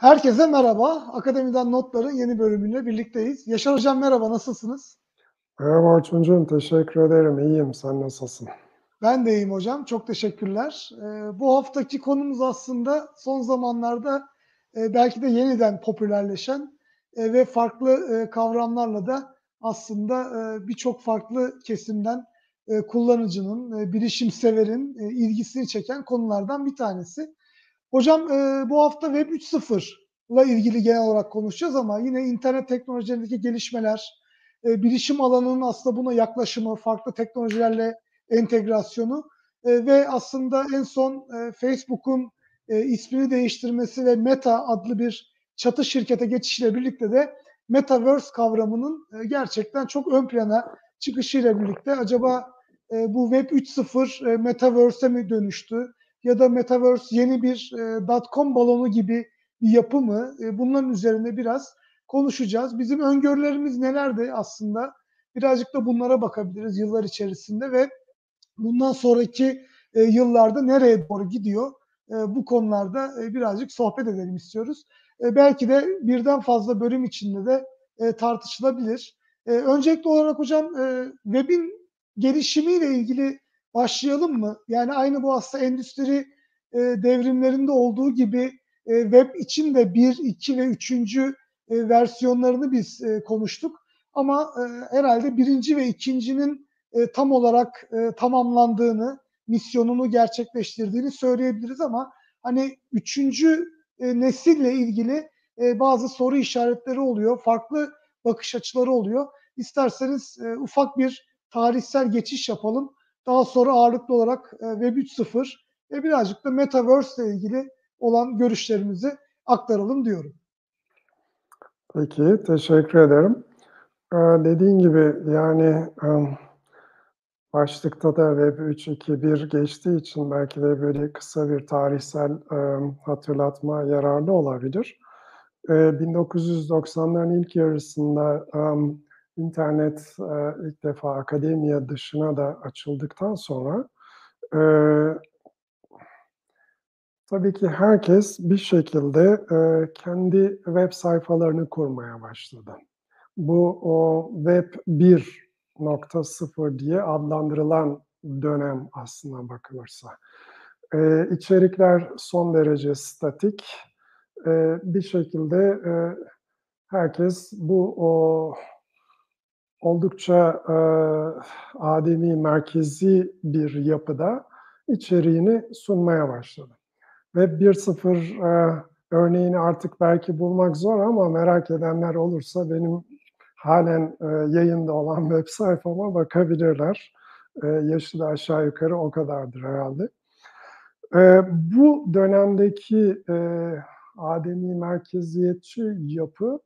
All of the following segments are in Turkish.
Herkese merhaba. Akademiden Notların yeni bölümüyle birlikteyiz. Yaşar Hocam merhaba, nasılsınız? Merhaba Orçuncuğum, teşekkür ederim. İyiyim, sen nasılsın? Ben de iyiyim hocam, çok teşekkürler. Bu haftaki konumuz aslında son zamanlarda belki de yeniden popülerleşen ve farklı kavramlarla da aslında birçok farklı kesimden kullanıcının, bilişim severin ilgisini çeken konulardan bir tanesi. Hocam bu hafta Web 3.0'la ilgili genel olarak konuşacağız ama yine internet teknolojilerindeki gelişmeler, bilişim alanının aslında buna yaklaşımı, farklı teknolojilerle entegrasyonu ve aslında en son Facebook'un ismini değiştirmesi ve Meta adlı bir çatı şirkete geçişiyle birlikte de Metaverse kavramının gerçekten çok ön plana çıkışıyla birlikte acaba bu Web 3.0 Metaverse'e mi dönüştü? Ya da Metaverse yeni bir dot-com balonu gibi bir yapı mı? Bunların üzerine biraz konuşacağız. Bizim öngörülerimiz nelerdi aslında? Birazcık da bunlara bakabiliriz yıllar içerisinde ve bundan sonraki yıllarda nereye doğru gidiyor? Bu konularda birazcık sohbet edelim istiyoruz. Belki de birden fazla bölüm içinde de tartışılabilir. Öncelikli olarak hocam web'in gelişimiyle ilgili başlayalım mı? Yani aynı bu aslında endüstri devrimlerinde olduğu gibi web için de 1, 2 ve 3. Versiyonlarını biz konuştuk. Ama herhalde birinci ve ikincinin tam olarak tamamlandığını, misyonunu gerçekleştirdiğini söyleyebiliriz ama hani üçüncü nesille ilgili bazı soru işaretleri oluyor, farklı bakış açıları oluyor. İsterseniz ufak bir tarihsel geçiş yapalım. Daha sonra ağırlıklı olarak Web 3.0 ve birazcık da Metaverse ile ilgili olan görüşlerimizi aktaralım diyorum. Peki, teşekkür ederim. Dediğin gibi yani başlıkta da Web 3.2.1 geçtiği için belki de böyle kısa bir tarihsel hatırlatma yararlı olabilir. 1990'ların ilk yarısında internet ilk defa akademiya dışına da açıldıktan sonra tabii ki herkes bir şekilde kendi web sayfalarını kurmaya başladı. Bu o Web 1.0 diye adlandırılan dönem aslına bakılırsa. İçerikler son derece statik. Bir şekilde herkes bu oldukça ademi merkezi bir yapıda içeriğini sunmaya başladı. Web 1.0 örneğini artık belki bulmak zor ama merak edenler olursa benim halen yayında olan web sayfama bakabilirler. Yaşı da aşağı yukarı o kadardır herhalde. Bu dönemdeki ademi merkeziyetçi yapı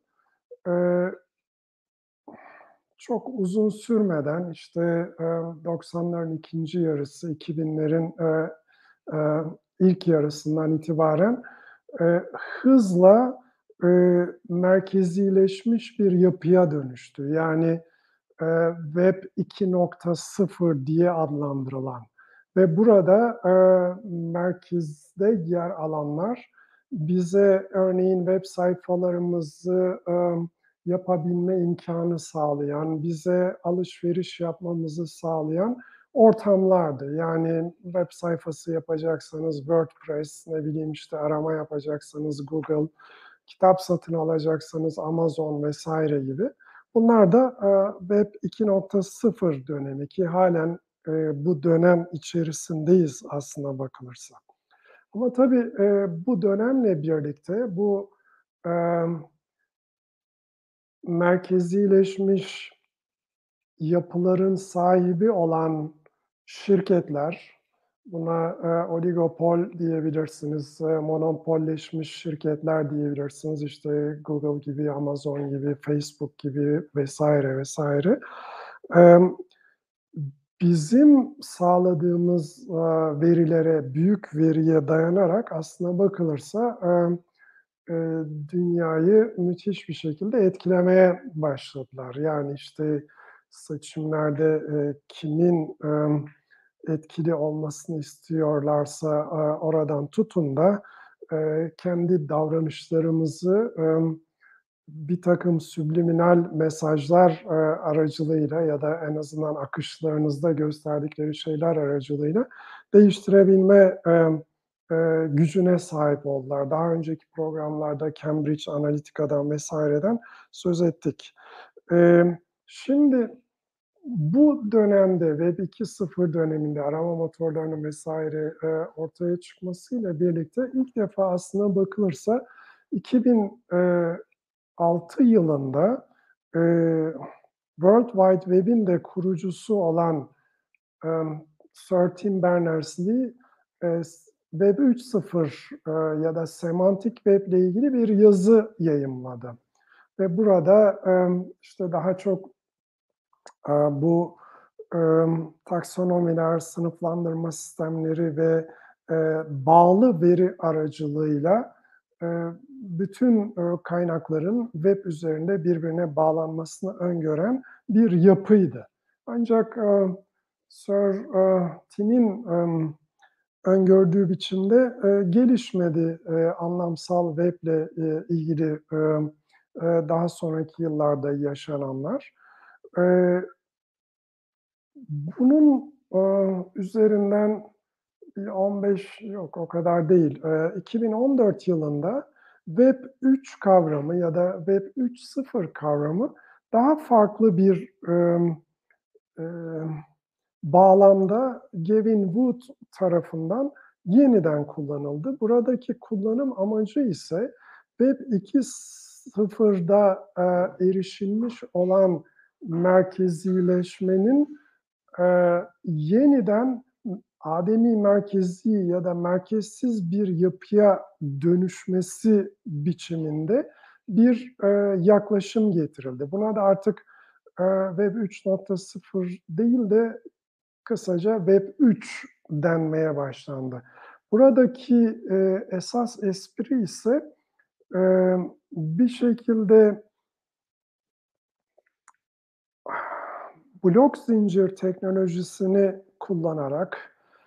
çok uzun sürmeden işte 90'ların ikinci yarısı, 2000'lerin ilk yarısından itibaren hızla merkezileşmiş bir yapıya dönüştü. Yani Web 2.0 diye adlandırılan ve burada merkezde yer alanlar bize örneğin web sayfalarımızı yapabilme imkanı sağlayan, bize alışveriş yapmamızı sağlayan ortamlardı. Yani web sayfası yapacaksanız WordPress, ne bileyim işte arama yapacaksanız Google, kitap satın alacaksanız Amazon vesaire gibi. Bunlar da Web 2.0 dönemi ki halen bu dönem içerisindeyiz aslına bakılırsa. Ama tabii bu dönemle birlikte bu merkezileşmiş yapıların sahibi olan şirketler, buna oligopol diyebilirsiniz, monopolleşmiş şirketler diyebilirsiniz. İşte Google gibi, Amazon gibi, Facebook gibi vesaire vesaire. Bizim sağladığımız verilere, büyük veriye dayanarak aslına bakılırsa dünyayı müthiş bir şekilde etkilemeye başladılar. Yani işte seçimlerde kimin etkili olmasını istiyorlarsa oradan tutun da kendi davranışlarımızı bir takım subliminal mesajlar aracılığıyla ya da en azından akışlarınızda gösterdikleri şeyler aracılığıyla değiştirebilme gücüne sahip oldular. Daha önceki programlarda Cambridge Analytica'dan vesaireden söz ettik. Şimdi bu dönemde Web 2.0 döneminde arama motorlarının vesaire ortaya çıkmasıyla birlikte ilk defa aslına bakılırsa 2006 yılında World Wide Web'in de kurucusu olan Sir Tim Berners-Lee Web 3.0 ya da semantik web ile ilgili bir yazı yayımladı. Ve burada işte daha çok bu taksonomiler, sınıflandırma sistemleri ve bağlı veri aracılığıyla bütün kaynakların web üzerinde birbirine bağlanmasını öngören bir yapıydı. Ancak Sir Tim'in öngördüğü biçimde gelişmedi anlamsal weble ilgili daha sonraki yıllarda yaşananlar. Bunun üzerinden 15, yok o kadar değil, 2014 yılında Web 3 kavramı ya da Web 3.0 kavramı daha farklı bir bağlamda Gavin Wood tarafından yeniden kullanıldı. Buradaki kullanım amacı ise Web 2.0'da erişilmiş olan merkezileşmenin yeniden ademi merkezi ya da merkezsiz bir yapıya dönüşmesi biçiminde bir yaklaşım getirildi. Buna da artık Web 3.0 değil de kısaca Web 3 denmeye başlandı. Buradaki esas espri ise bir şekilde blok zincir teknolojisini kullanarak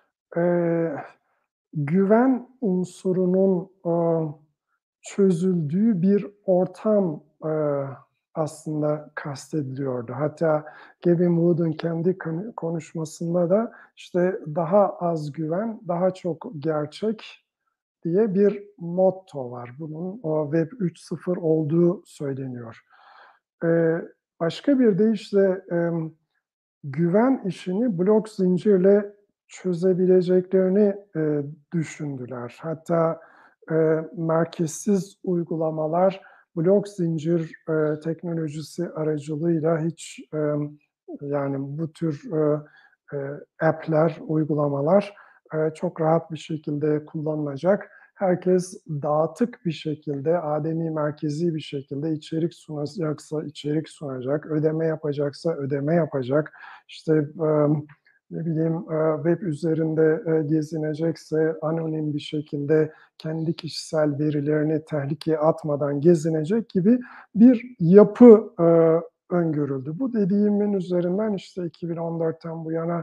güven unsurunun çözüldüğü bir ortam aslında kastediliyordu. Hatta Gavin Wood'un kendi konuşmasında da işte daha az güven, daha çok gerçek diye bir motto var. Bunun Web 3.0 olduğu söyleniyor. Başka bir deyişle güven işini blok zincirle çözebileceklerini düşündüler. Hatta merkezsiz uygulamalar blok zincir teknolojisi aracılığıyla hiç yani bu tür app'ler, uygulamalar çok rahat bir şekilde kullanılacak. Herkes dağıtık bir şekilde, ademi merkezi bir şekilde içerik sunacaksa içerik sunacak, ödeme yapacaksa ödeme yapacak. İşte ne bileyim web üzerinde gezinecekse anonim bir şekilde kendi kişisel verilerini tehlikeye atmadan gezinecek gibi bir yapı öngörüldü. Bu dediğimin üzerinden işte 2014'ten bu yana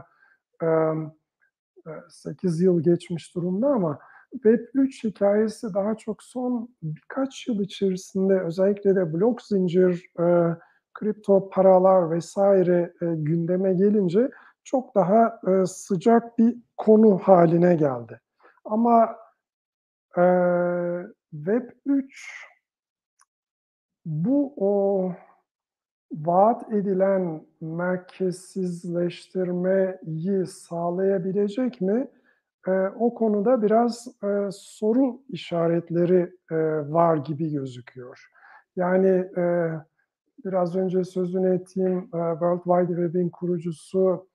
8 yıl geçmiş durumda ama Web 3 hikayesi daha çok son birkaç yıl içerisinde özellikle de blok zincir, kripto paralar vesaire gündeme gelince çok daha sıcak bir konu haline geldi. Ama Web 3 bu vaat edilen merkezsizleştirmeyi sağlayabilecek mi? O konuda biraz soru işaretleri var gibi gözüküyor. Yani biraz önce sözünü ettiğim World Wide Web'in kurucusu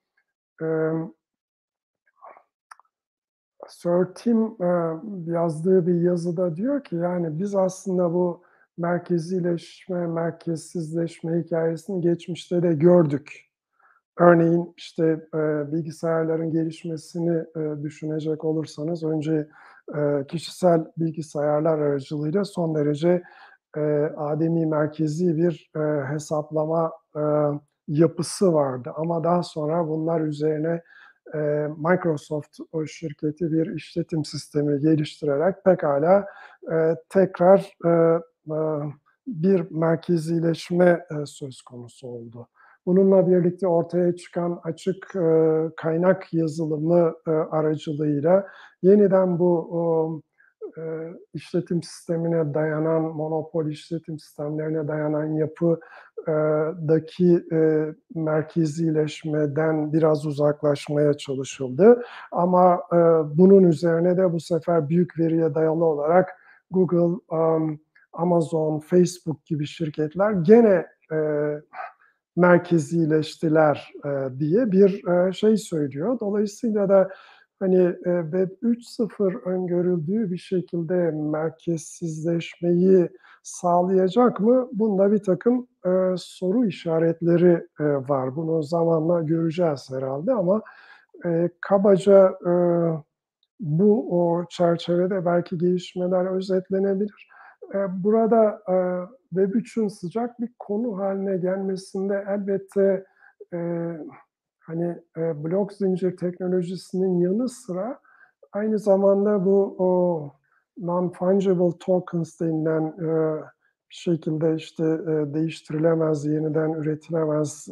Sir Tim yazdığı bir yazıda diyor ki yani biz aslında bu merkezileşme, merkezsizleşme hikayesini geçmişte de gördük. Örneğin işte bilgisayarların gelişmesini düşünecek olursanız önce kişisel bilgisayarlar aracılığıyla son derece ademi merkezi bir hesaplama yapısı vardı. Ama daha sonra bunlar üzerine Microsoft o şirketi bir işletim sistemi geliştirerek pekala tekrar bir merkezileşme söz konusu oldu. Bununla birlikte ortaya çıkan açık kaynak yazılımı aracılığıyla yeniden bu işletim sistemine dayanan, monopol işletim sistemlerine dayanan yapıdaki merkezileşmeden biraz uzaklaşmaya çalışıldı. Ama bunun üzerine de bu sefer büyük veriye dayalı olarak Google, Amazon, Facebook gibi şirketler gene merkezileştiler diye bir şey söylüyor. Dolayısıyla da hani Web 3.0 öngörüldüğü bir şekilde merkezsizleşmeyi sağlayacak mı? Bunda bir takım soru işaretleri var. Bunu zamanla göreceğiz herhalde ama kabaca bu o çerçevede belki gelişmeler özetlenebilir. Burada Web 3'ün sıcak bir konu haline gelmesinde elbette hani blok zincir teknolojisinin yanı sıra aynı zamanda bu o non-fungible tokens denilen bir şekilde işte değiştirilemez, yeniden üretilemez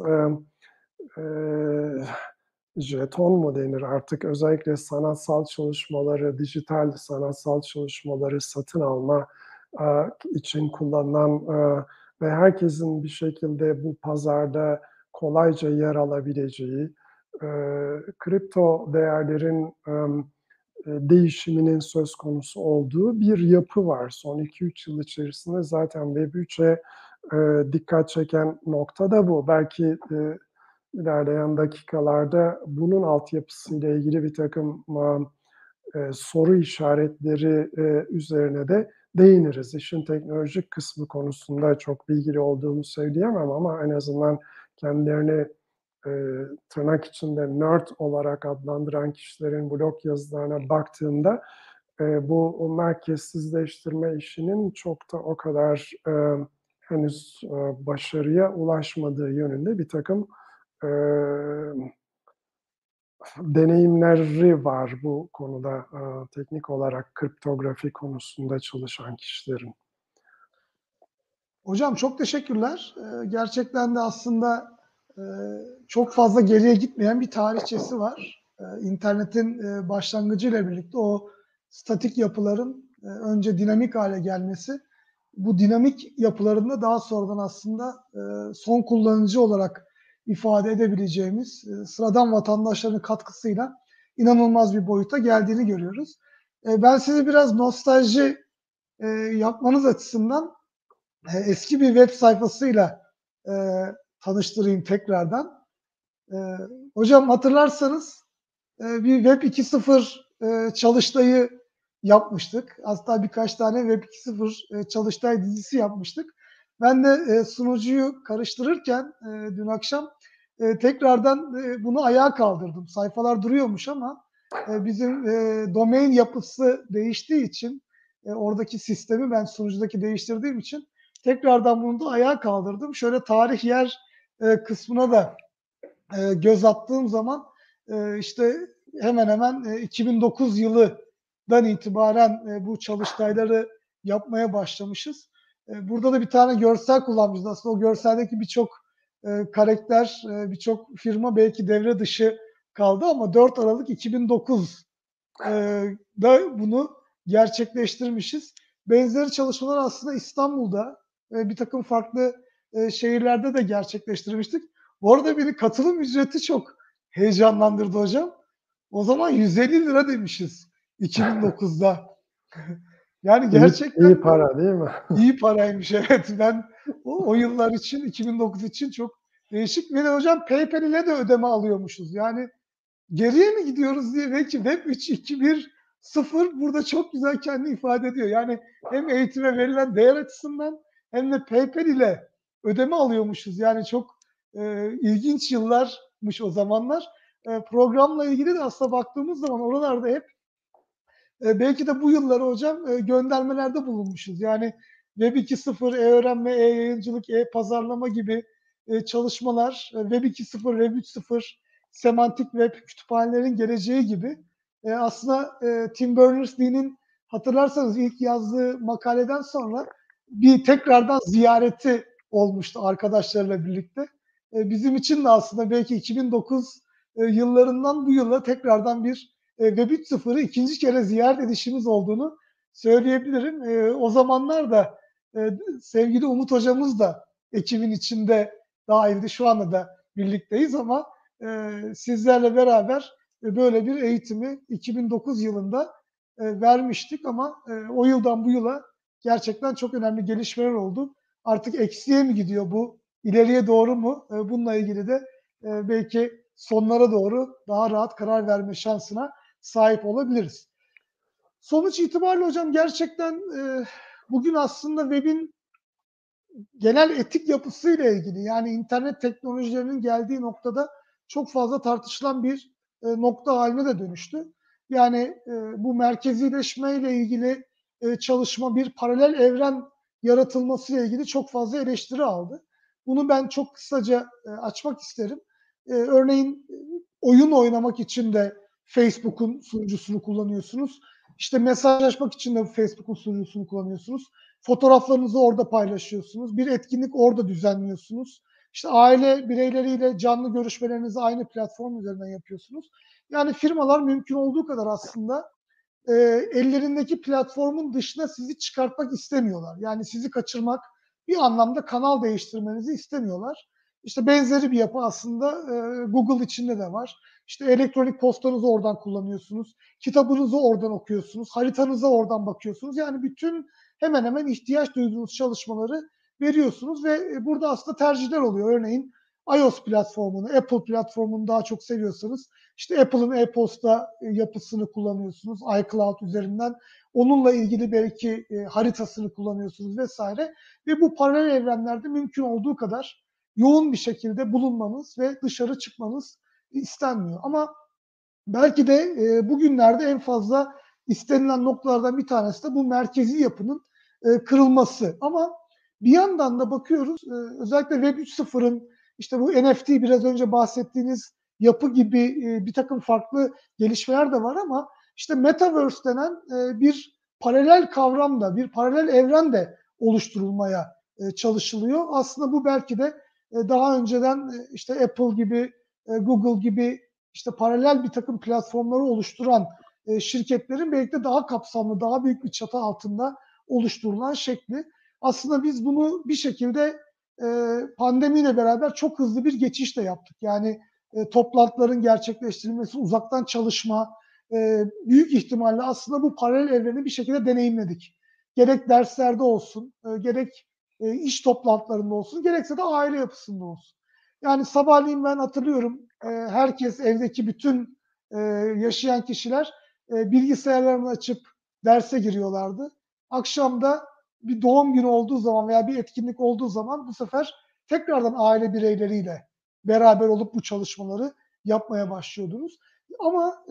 jeton mu denir artık özellikle sanatsal çalışmaları, dijital sanatsal çalışmaları satın alma için kullanılan ve herkesin bir şekilde bu pazarda kolayca yer alabileceği, kripto değerlerin değişiminin söz konusu olduğu bir yapı var. Son 2-3 yıl içerisinde zaten Web 3'e dikkat çeken nokta da bu. Belki ilerleyen dakikalarda bunun altyapısıyla ilgili bir takım soru işaretleri üzerine de değiniriz. İşin teknolojik kısmı konusunda çok bilgili olduğumu söyleyemem ama en azından kendilerini tırnak içinde nerd olarak adlandıran kişilerin blog yazılarına baktığımda bu merkezsizleştirme işinin çok da o kadar henüz başarıya ulaşmadığı yönünde bir takım deneyimleri var bu konuda teknik olarak kriptografi konusunda çalışan kişilerin. Hocam çok teşekkürler. Gerçekten de aslında çok fazla geriye gitmeyen bir tarihçesi var. İnternetin başlangıcıyla birlikte o statik yapıların önce dinamik hale gelmesi, bu dinamik yapılarında daha sonradan aslında son kullanıcı olarak ifade edebileceğimiz sıradan vatandaşların katkısıyla inanılmaz bir boyuta geldiğini görüyoruz. Ben sizi biraz nostalji yapmanız açısından eski bir web sayfasıyla tanıştırayım tekrardan. Hocam hatırlarsanız bir Web 2.0 çalıştayı yapmıştık. Hatta birkaç tane Web 2.0 çalıştay dizisi yapmıştık. Ben de sunucuyu karıştırırken dün akşam tekrardan bunu ayağa kaldırdım. Sayfalar duruyormuş ama bizim domain yapısı değiştiği için oradaki sistemi ben sunucudaki değiştirdiğim için tekrardan bunu da ayağa kaldırdım. Şöyle tarih yer kısmına da göz attığım zaman işte hemen hemen 2009 yılından itibaren bu çalıştayları yapmaya başlamışız. Burada da bir tane görsel kullanmışız. Aslında o görseldeki birçok karakter, birçok firma belki devre dışı kaldı ama 4 Aralık 2009 da bunu gerçekleştirmişiz. Benzeri çalışmalar aslında İstanbul'da bir takım farklı şehirlerde de gerçekleştirmiştik. Bu arada beni katılım ücreti çok heyecanlandırdı hocam. O zaman 150 lira demişiz 2009'da. Yani gerçekten İyi para değil mi? iyi paraymış evet. Ben o yıllar için 2009 için çok değişik. Ve de hocam PayPal ile de ödeme alıyormuşuz. Yani geriye mi gidiyoruz diye belki Web 3.2.1.0 burada çok güzel kendini ifade ediyor. Yani hem eğitime verilen değer açısından hem de PayPal ile ödeme alıyormuşuz. Yani çok ilginç yıllarmış o zamanlar. Programla ilgili de aslında baktığımız zaman oralarda hep belki de bu yılları hocam göndermelerde bulunmuşuz. Yani Web 2.0, e-öğrenme, e-yayıncılık, e-pazarlama gibi çalışmalar, Web 2.0, Web 3.0 semantik web kütüphanelerin geleceği gibi aslında Tim Berners-Lee'nin hatırlarsanız ilk yazdığı makaleden sonra bir tekrardan ziyareti olmuştu arkadaşlarıyla birlikte. Bizim için de aslında belki 2009 yıllarından bu yıla tekrardan bir Web 3.0'ı ikinci kere ziyaret edişimiz olduğunu söyleyebilirim. O zamanlar da sevgili Umut hocamız da ekibin içinde dahildi. Şu anda da birlikteyiz ama sizlerle beraber böyle bir eğitimi 2009 yılında vermiştik ama o yıldan bu yıla gerçekten çok önemli gelişmeler oldu. Artık eksiye mi gidiyor bu, ileriye doğru mu? Bununla ilgili de belki sonlara doğru daha rahat karar verme şansına sahip olabiliriz. Sonuç itibariyle hocam gerçekten bugün aslında web'in genel etik yapısıyla ilgili, yani internet teknolojilerinin geldiği noktada çok fazla tartışılan bir nokta haline de dönüştü. Yani bu merkezileşmeyle ilgili çalışma, bir paralel evren yaratılmasıyla ilgili çok fazla eleştiri aldı. Bunu ben çok kısaca açmak isterim. Örneğin oyun oynamak için de Facebook'un sunucusunu kullanıyorsunuz. İşte mesajlaşmak için de Facebook'un sunucusunu kullanıyorsunuz. Fotoğraflarınızı orada paylaşıyorsunuz. Bir etkinlik orada düzenliyorsunuz. İşte aile bireyleriyle canlı görüşmelerinizi aynı platform üzerinden yapıyorsunuz. Yani firmalar mümkün olduğu kadar aslında ellerindeki platformun dışına sizi çıkartmak istemiyorlar. Yani sizi kaçırmak, bir anlamda kanal değiştirmenizi istemiyorlar. İşte benzeri bir yapı aslında Google içinde de var. İşte elektronik postanızı oradan kullanıyorsunuz. Kitabınızı oradan okuyorsunuz. Haritanıza oradan bakıyorsunuz. Yani bütün hemen hemen ihtiyaç duyduğunuz çalışmaları veriyorsunuz ve burada aslında tercihler oluyor. Örneğin iOS platformunu, Apple platformunu daha çok seviyorsanız işte Apple'ın e-posta yapısını kullanıyorsunuz iCloud üzerinden. Onunla ilgili belki haritasını kullanıyorsunuz vesaire. Ve bu paralel evrenlerde mümkün olduğu kadar yoğun bir şekilde bulunmanız ve dışarı çıkmanız istenmiyor. Ama belki de bugünlerde en fazla istenilen noktalardan bir tanesi de bu merkezi yapının kırılması. Ama bir yandan da bakıyoruz özellikle Web 3.0'ın işte bu NFT biraz önce bahsettiğiniz yapı gibi bir takım farklı gelişmeler de var ama işte Metaverse denen bir paralel kavram da, bir paralel evren de oluşturulmaya çalışılıyor. Aslında bu belki de daha önceden işte Apple gibi, Google gibi işte paralel bir takım platformları oluşturan şirketlerin belki de daha kapsamlı, daha büyük bir çatı altında oluşturulan şekli. Aslında biz bunu bir şekilde pandemiyle beraber çok hızlı bir geçiş de yaptık. Yani toplantıların gerçekleştirilmesi, uzaktan çalışma, büyük ihtimalle aslında bu paralel evreni bir şekilde deneyimledik. Gerek derslerde olsun, gerek iş toplantılarında olsun, gerekse de aile yapısında olsun. Yani sabahleyin ben hatırlıyorum herkes evdeki bütün yaşayan kişiler bilgisayarlarını açıp derse giriyorlardı. Akşam da bir doğum günü olduğu zaman veya bir etkinlik olduğu zaman bu sefer tekrardan aile bireyleriyle beraber olup bu çalışmaları yapmaya başlıyordunuz. Ama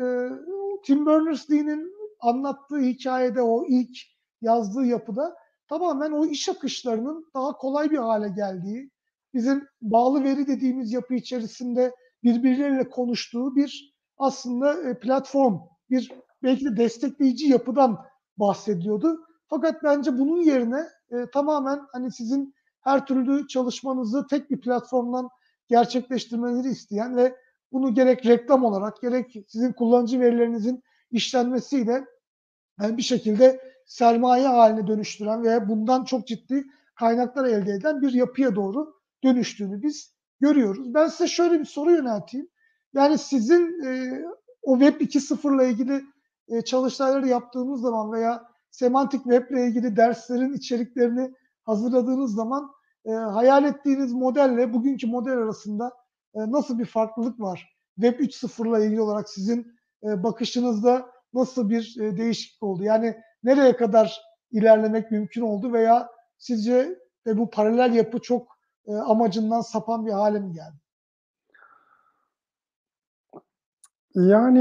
Tim Berners-Lee'nin anlattığı hikayede o ilk yazdığı yapıda tamamen o iş akışlarının daha kolay bir hale geldiği, bizim bağlı veri dediğimiz yapı içerisinde birbirleriyle konuştuğu bir aslında platform, bir belki de destekleyici yapıdan bahsediyordu. Fakat bence bunun yerine tamamen hani sizin her türlü çalışmanızı tek bir platformdan gerçekleştirmenizi isteyen ve bunu gerek reklam olarak gerek sizin kullanıcı verilerinizin işlenmesiyle yani bir şekilde sermaye haline dönüştüren veya bundan çok ciddi kaynaklar elde eden bir yapıya doğru dönüştüğünü biz görüyoruz. Ben size şöyle bir soru yönelteyim. Yani sizin o Web 2.0 ile ilgili çalıştayları yaptığınız zaman veya semantik web ile ilgili derslerin içeriklerini hazırladığınız zaman hayal ettiğiniz modelle bugünkü model arasında nasıl bir farklılık var? Web 3.0 ile ilgili olarak sizin bakışınızda nasıl bir değişiklik oldu? Yani nereye kadar ilerlemek mümkün oldu veya sizce de bu paralel yapı çok amacından sapan bir hale mi geldi? Yani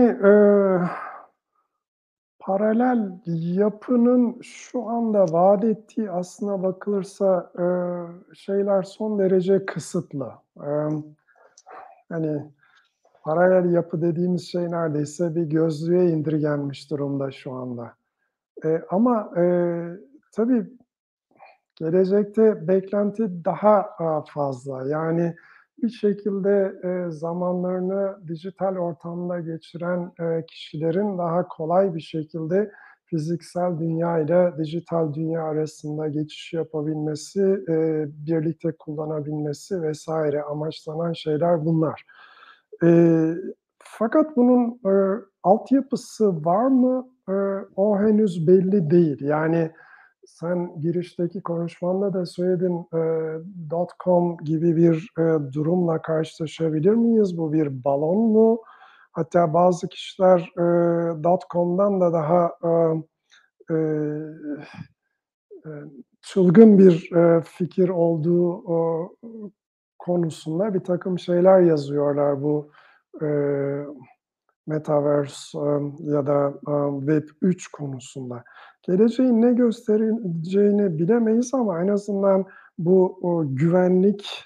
paralel yapının şu anda vaat ettiği aslına bakılırsa şeyler son derece kısıtlı. Hani paralel yapı dediğimiz şey neredeyse bir gözlüğe indirgenmiş durumda şu anda. Ama tabii gelecekte beklenti daha fazla. Yani bir şekilde zamanlarını dijital ortamda geçiren kişilerin daha kolay bir şekilde fiziksel dünya ile dijital dünya arasında geçiş yapabilmesi, birlikte kullanabilmesi vesaire amaçlanan şeyler bunlar. Eee, Fakat bunun altyapısı var mı? O henüz belli değil. Yani sen girişteki konuşmanda da söyledin, .com gibi bir durumla karşılaşabilir miyiz? Bu bir balon mu? Hatta bazı kişiler .com'dan da daha eee, çılgın bir fikir olduğu konusunda bir takım şeyler yazıyorlar bu eee Metaverse ya da Web3 konusunda. Geleceğin ne göstereceğini bilemeyiz ama en azından bu güvenlik,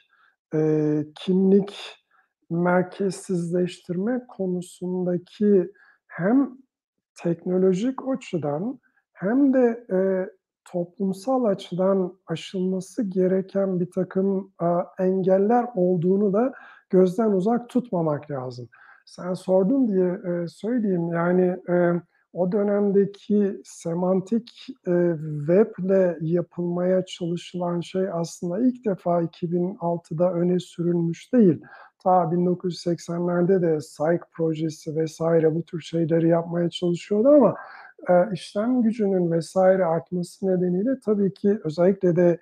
kimlik merkezsizleştirme konusundaki hem teknolojik açıdan hem de toplumsal açıdan aşılması gereken birtakım engeller olduğunu da gözden uzak tutmamak lazım. Sen sordun diye söyleyeyim. Yani o dönemdeki semantik web'le yapılmaya çalışılan şey aslında ilk defa 2006'da öne sürülmüş değil. Ta 1980'lerde de Cyc projesi vesaire bu tür şeyleri yapmaya çalışıyordu ama işlem gücünün vesaire artması nedeniyle tabii ki özellikle de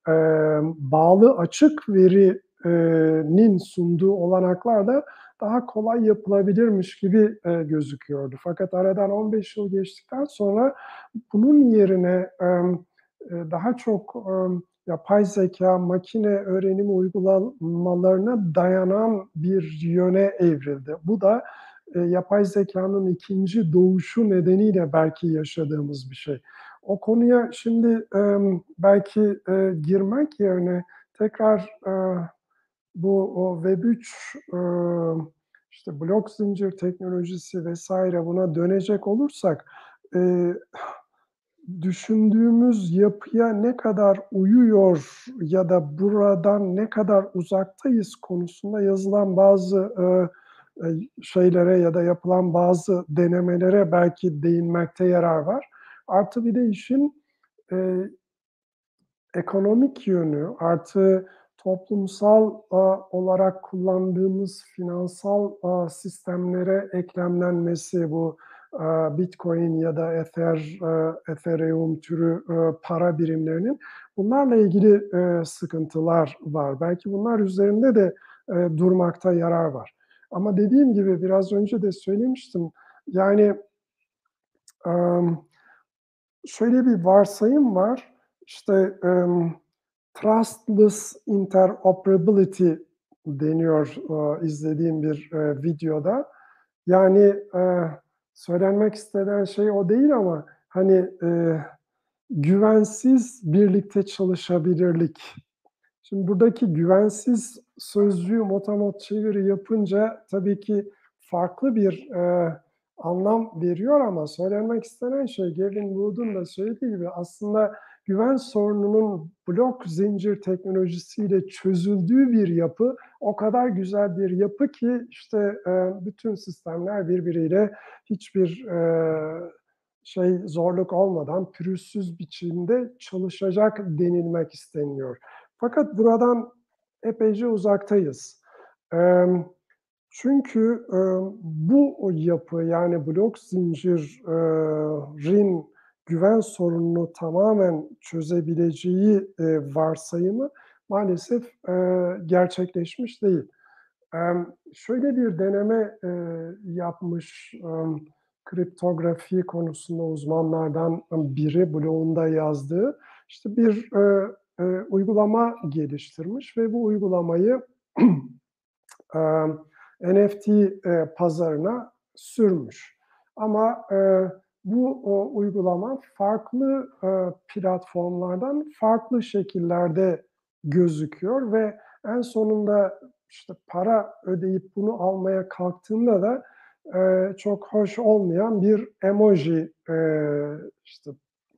bağlı açık verinin sunduğu olanaklar da daha kolay yapılabilirmiş gibi gözüküyordu. Fakat aradan 15 yıl geçtikten sonra bunun yerine daha çok yapay zeka, makine öğrenimi uygulamalarına dayanan bir yöne evrildi. Bu da yapay zekanın ikinci doğuşu nedeniyle belki yaşadığımız bir şey. O konuya şimdi belki girmek yerine tekrar bu o Web3 işte blok zincir teknolojisi vesaire buna dönecek olursak eee, düşündüğümüz yapıya ne kadar uyuyor ya da buradan ne kadar uzaktayız konusunda yazılan bazı şeylere ya da yapılan bazı denemelere belki değinmekte yarar var. Artı bir de işin eee ekonomik yönü artı toplumsal olarak kullandığımız finansal sistemlere eklemlenmesi bu Bitcoin ya da Ethereum türü para birimlerinin bunlarla ilgili sıkıntılar var. Belki bunlar üzerinde de durmakta yarar var. Ama dediğim gibi biraz önce de söylemiştim. Yani şöyle bir varsayım var. İşte trustless interoperability deniyor izlediğim bir videoda. Yani söylenmek istenen şey o değil ama hani güvensiz birlikte çalışabilirlik. Şimdi buradaki güvensiz sözcüğü motamot çeviri yapınca tabii ki farklı bir anlam veriyor ama söylenmek istenen şey Gavin Wood'un da söylediği gibi aslında güven sorununun blok zincir teknolojisiyle çözüldüğü bir yapı o kadar güzel bir yapı ki işte bütün sistemler birbiriyle hiçbir zorluk olmadan pürüzsüz biçimde çalışacak denilmek isteniyor. Fakat buradan epeyce uzaktayız. Çünkü bu yapı yani blok zincirin güven sorununu tamamen çözebileceği varsayımı maalesef gerçekleşmiş değil. Şöyle bir deneme yapmış kriptografi konusunda uzmanlardan biri blogunda yazdığı işte bir uygulama geliştirmiş ve bu uygulamayı NFT pazarına sürmüş. Ama bu uygulama farklı platformlardan farklı şekillerde gözüküyor ve en sonunda işte para ödeyip bunu almaya kalktığında da çok hoş olmayan bir emoji işte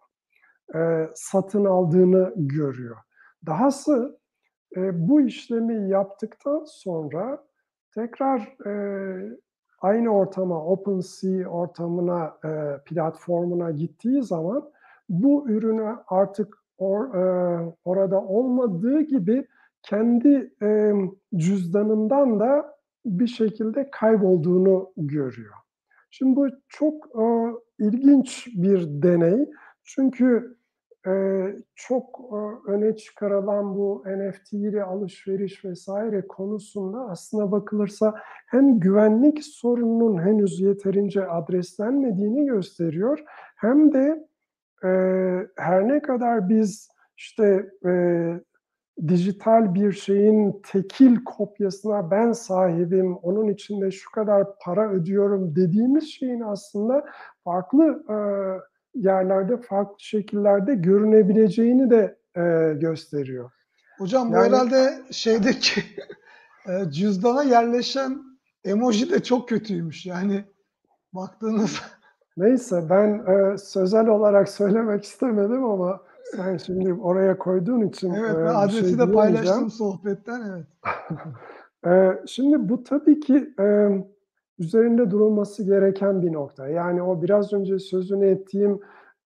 satın aldığını görüyor. Dahası bu işlemi yaptıktan sonra tekrar aynı ortama, OpenSea ortamına, platformuna gittiği zaman bu ürünü artık orada olmadığı gibi kendi cüzdanından da bir şekilde kaybolduğunu görüyor. Şimdi bu çok ilginç bir deney. Çünkü çok öne çıkarılan bu NFT'li alışveriş vesaire konusunda aslına bakılırsa hem güvenlik sorununun henüz yeterince adreslenmediğini gösteriyor, hem de her ne kadar biz işte dijital bir şeyin tekil kopyasına ben sahibim, onun için de şu kadar para ödüyorum dediğimiz şeyin aslında farklı yerlerde, farklı şekillerde görünebileceğini de gösteriyor. Hocam bu Yani herhalde şeydeki cüzdana yerleşen emoji de çok kötüymüş. Yani baktığınız neyse, ben sözel olarak söylemek istemedim ama sen şimdi oraya koyduğun için evet, ben bir adresi şey de diyemeyeceğim. paylaştım sohbetten, evet. Şimdi bu tabii ki üzerinde durulması gereken bir nokta. Yani o biraz önce sözünü ettiğim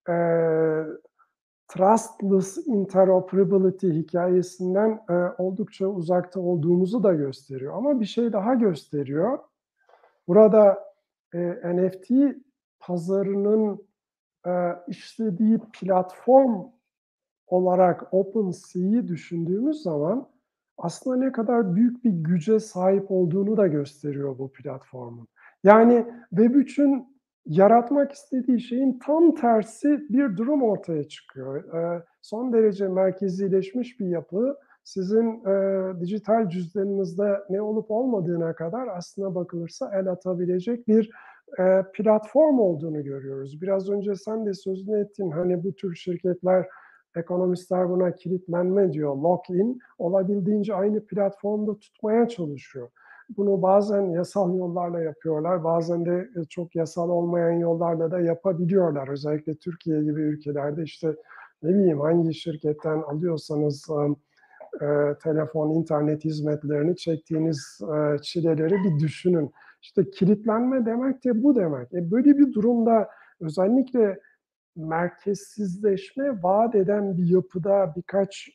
trustless interoperability hikayesinden oldukça uzakta olduğumuzu da gösteriyor. Ama bir şey daha gösteriyor. Burada NFT pazarının işlediği platform olarak OpenSea'yi düşündüğümüz zaman aslında ne kadar büyük bir güce sahip olduğunu da gösteriyor bu platformun. Yani Web3'ün yaratmak istediği şeyin tam tersi bir durum ortaya çıkıyor. Son derece merkezileşmiş bir yapı, sizin dijital cüzdanınızda ne olup olmadığına kadar aslına bakılırsa el atabilecek bir platform olduğunu görüyoruz. Biraz önce sen de sözünü ettin, hani bu tür şirketler, ekonomistler buna kilitlenme diyor, lock-in, olabildiğince aynı platformda tutmaya çalışıyor. Bunu bazen yasal yollarla yapıyorlar, bazen de çok yasal olmayan yollarla da yapabiliyorlar. Özellikle Türkiye gibi ülkelerde işte ne bileyim hangi şirketten alıyorsanız telefon, internet hizmetlerini çektiğiniz çileleri bir düşünün. İşte kilitlenme demek de bu demek. Böyle bir durumda özellikle merkezsizleşme vaat eden bir yapıda birkaç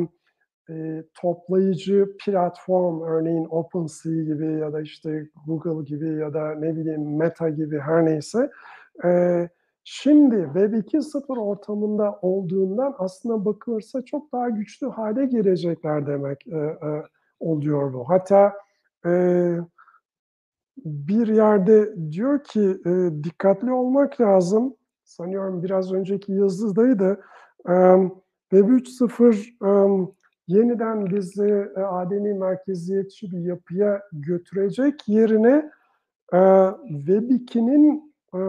toplayıcı platform, örneğin OpenSea gibi ya da işte Google gibi ya da ne bileyim Meta gibi, her neyse, şimdi Web 2.0 ortamında olduğundan aslında bakılırsa çok daha güçlü hale gelecekler demek oluyor bu. Hatta bir yerde diyor ki dikkatli olmak lazım. Sanıyorum biraz önceki yazıdaydı. Web 3.0 yeniden bizi ademi merkeziyetçi bir yapıya götürecek yerine Web 2'nin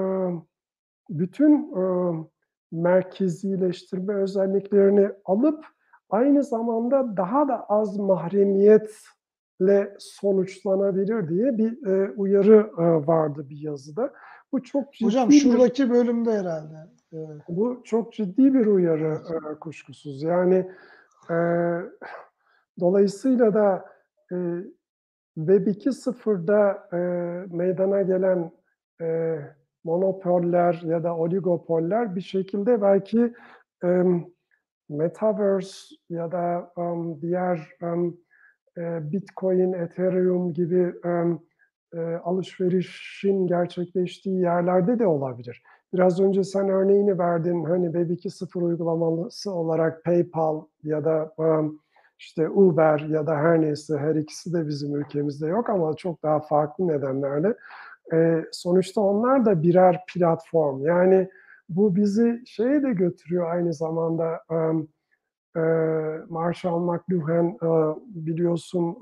bütün merkezileştirme özelliklerini alıp aynı zamanda daha da az mahremiyetle sonuçlanabilir diye bir uyarı vardı bir yazıda. Bu çok Hocam ciddi bir şuradaki bölümde herhalde. bu çok ciddi bir uyarı kuşkusuz. Yani e, dolayısıyla da e, Web 2.0'da meydana gelen e, monopoller ya da oligopoller bir şekilde belki e, Metaverse ya da diğer Bitcoin, Ethereum gibi alışverişin gerçekleştiği yerlerde de olabilir. Biraz önce sen örneğini verdin, hani Web 2.0 uygulaması olarak PayPal ya da işte Uber ya da her neyse, her ikisi de bizim ülkemizde yok ama çok daha farklı nedenlerle. Sonuçta onlar da birer platform. Yani bu bizi şeye de götürüyor aynı zamanda. Marshall McLuhan biliyorsun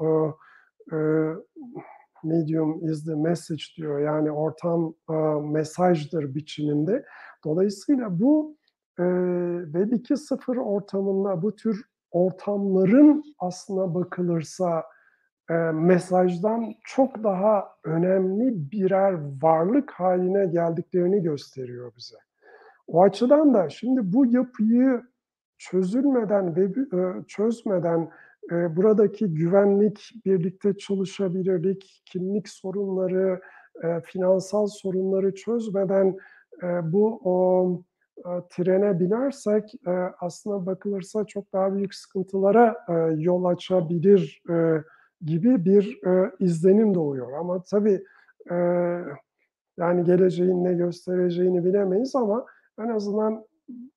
medium is the message diyor. Yani ortam mesajdır biçiminde. Dolayısıyla bu Web 2.0 ortamında bu tür ortamların aslına bakılırsa mesajdan çok daha önemli birer varlık haline geldiklerini gösteriyor bize. O açıdan da şimdi bu yapıyı çözülmeden ve çözmeden, buradaki güvenlik, birlikte çalışabilirlik, kimlik sorunları, finansal sorunları çözmeden, trene binersek, aslına bakılırsa çok daha büyük sıkıntılara, yol açabilir, gibi bir, izlenim doğuyor. Ama tabii, eee, yani geleceğin ne göstereceğini bilemeyiz ama en azından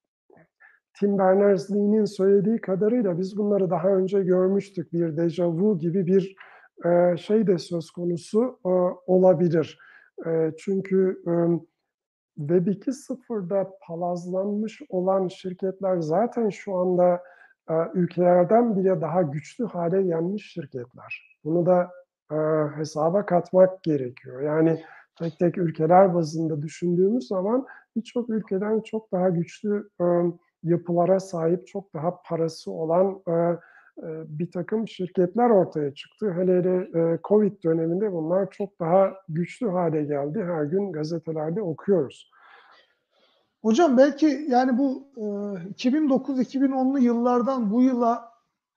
Tim Berners-Lee'nin söylediği kadarıyla biz bunları daha önce görmüştük. Bir deja vu gibi bir, şey de söz konusu, olabilir. Çünkü, Web 2.0'da palazlanmış olan şirketler zaten şu anda, ülkelerden bile daha güçlü hale gelmiş şirketler. Bunu da, hesaba katmak gerekiyor. Yani tek tek ülkeler bazında düşündüğümüz zaman birçok ülkeden çok daha güçlü, yapılara sahip, çok daha parası olan, birtakım şirketler ortaya çıktı. Hele hele, COVID döneminde bunlar çok daha güçlü hale geldi. Her gün gazetelerde okuyoruz. Hocam belki yani bu 2009-2010'lu yıllardan bu yıla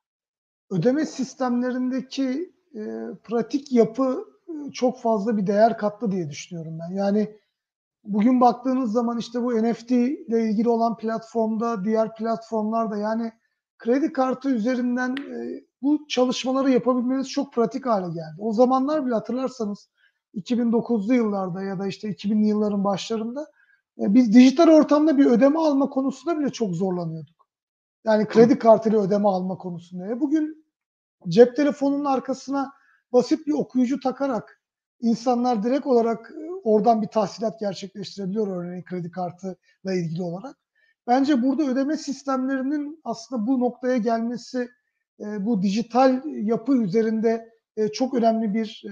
ödeme sistemlerindeki pratik yapı çok fazla bir değer kattı diye düşünüyorum ben. Yani bugün baktığınız zaman işte bu NFT ile ilgili olan platformda, diğer platformlarda yani kredi kartı üzerinden bu çalışmaları yapabilmeniz çok pratik hale geldi. O zamanlar bile hatırlarsanız 2009'lu yıllarda ya da işte 2000'li yılların başlarında biz dijital ortamda bir ödeme alma konusunda bile çok zorlanıyorduk. Yani kredi kartıyla ödeme alma konusunda. Bugün cep telefonunun arkasına basit bir okuyucu takarak insanlar direkt olarak oradan bir tahsilat gerçekleştirebiliyor örneğin kredi kartıyla ilgili olarak. Bence burada ödeme sistemlerinin aslında bu noktaya gelmesi, bu dijital yapı üzerinde çok önemli bir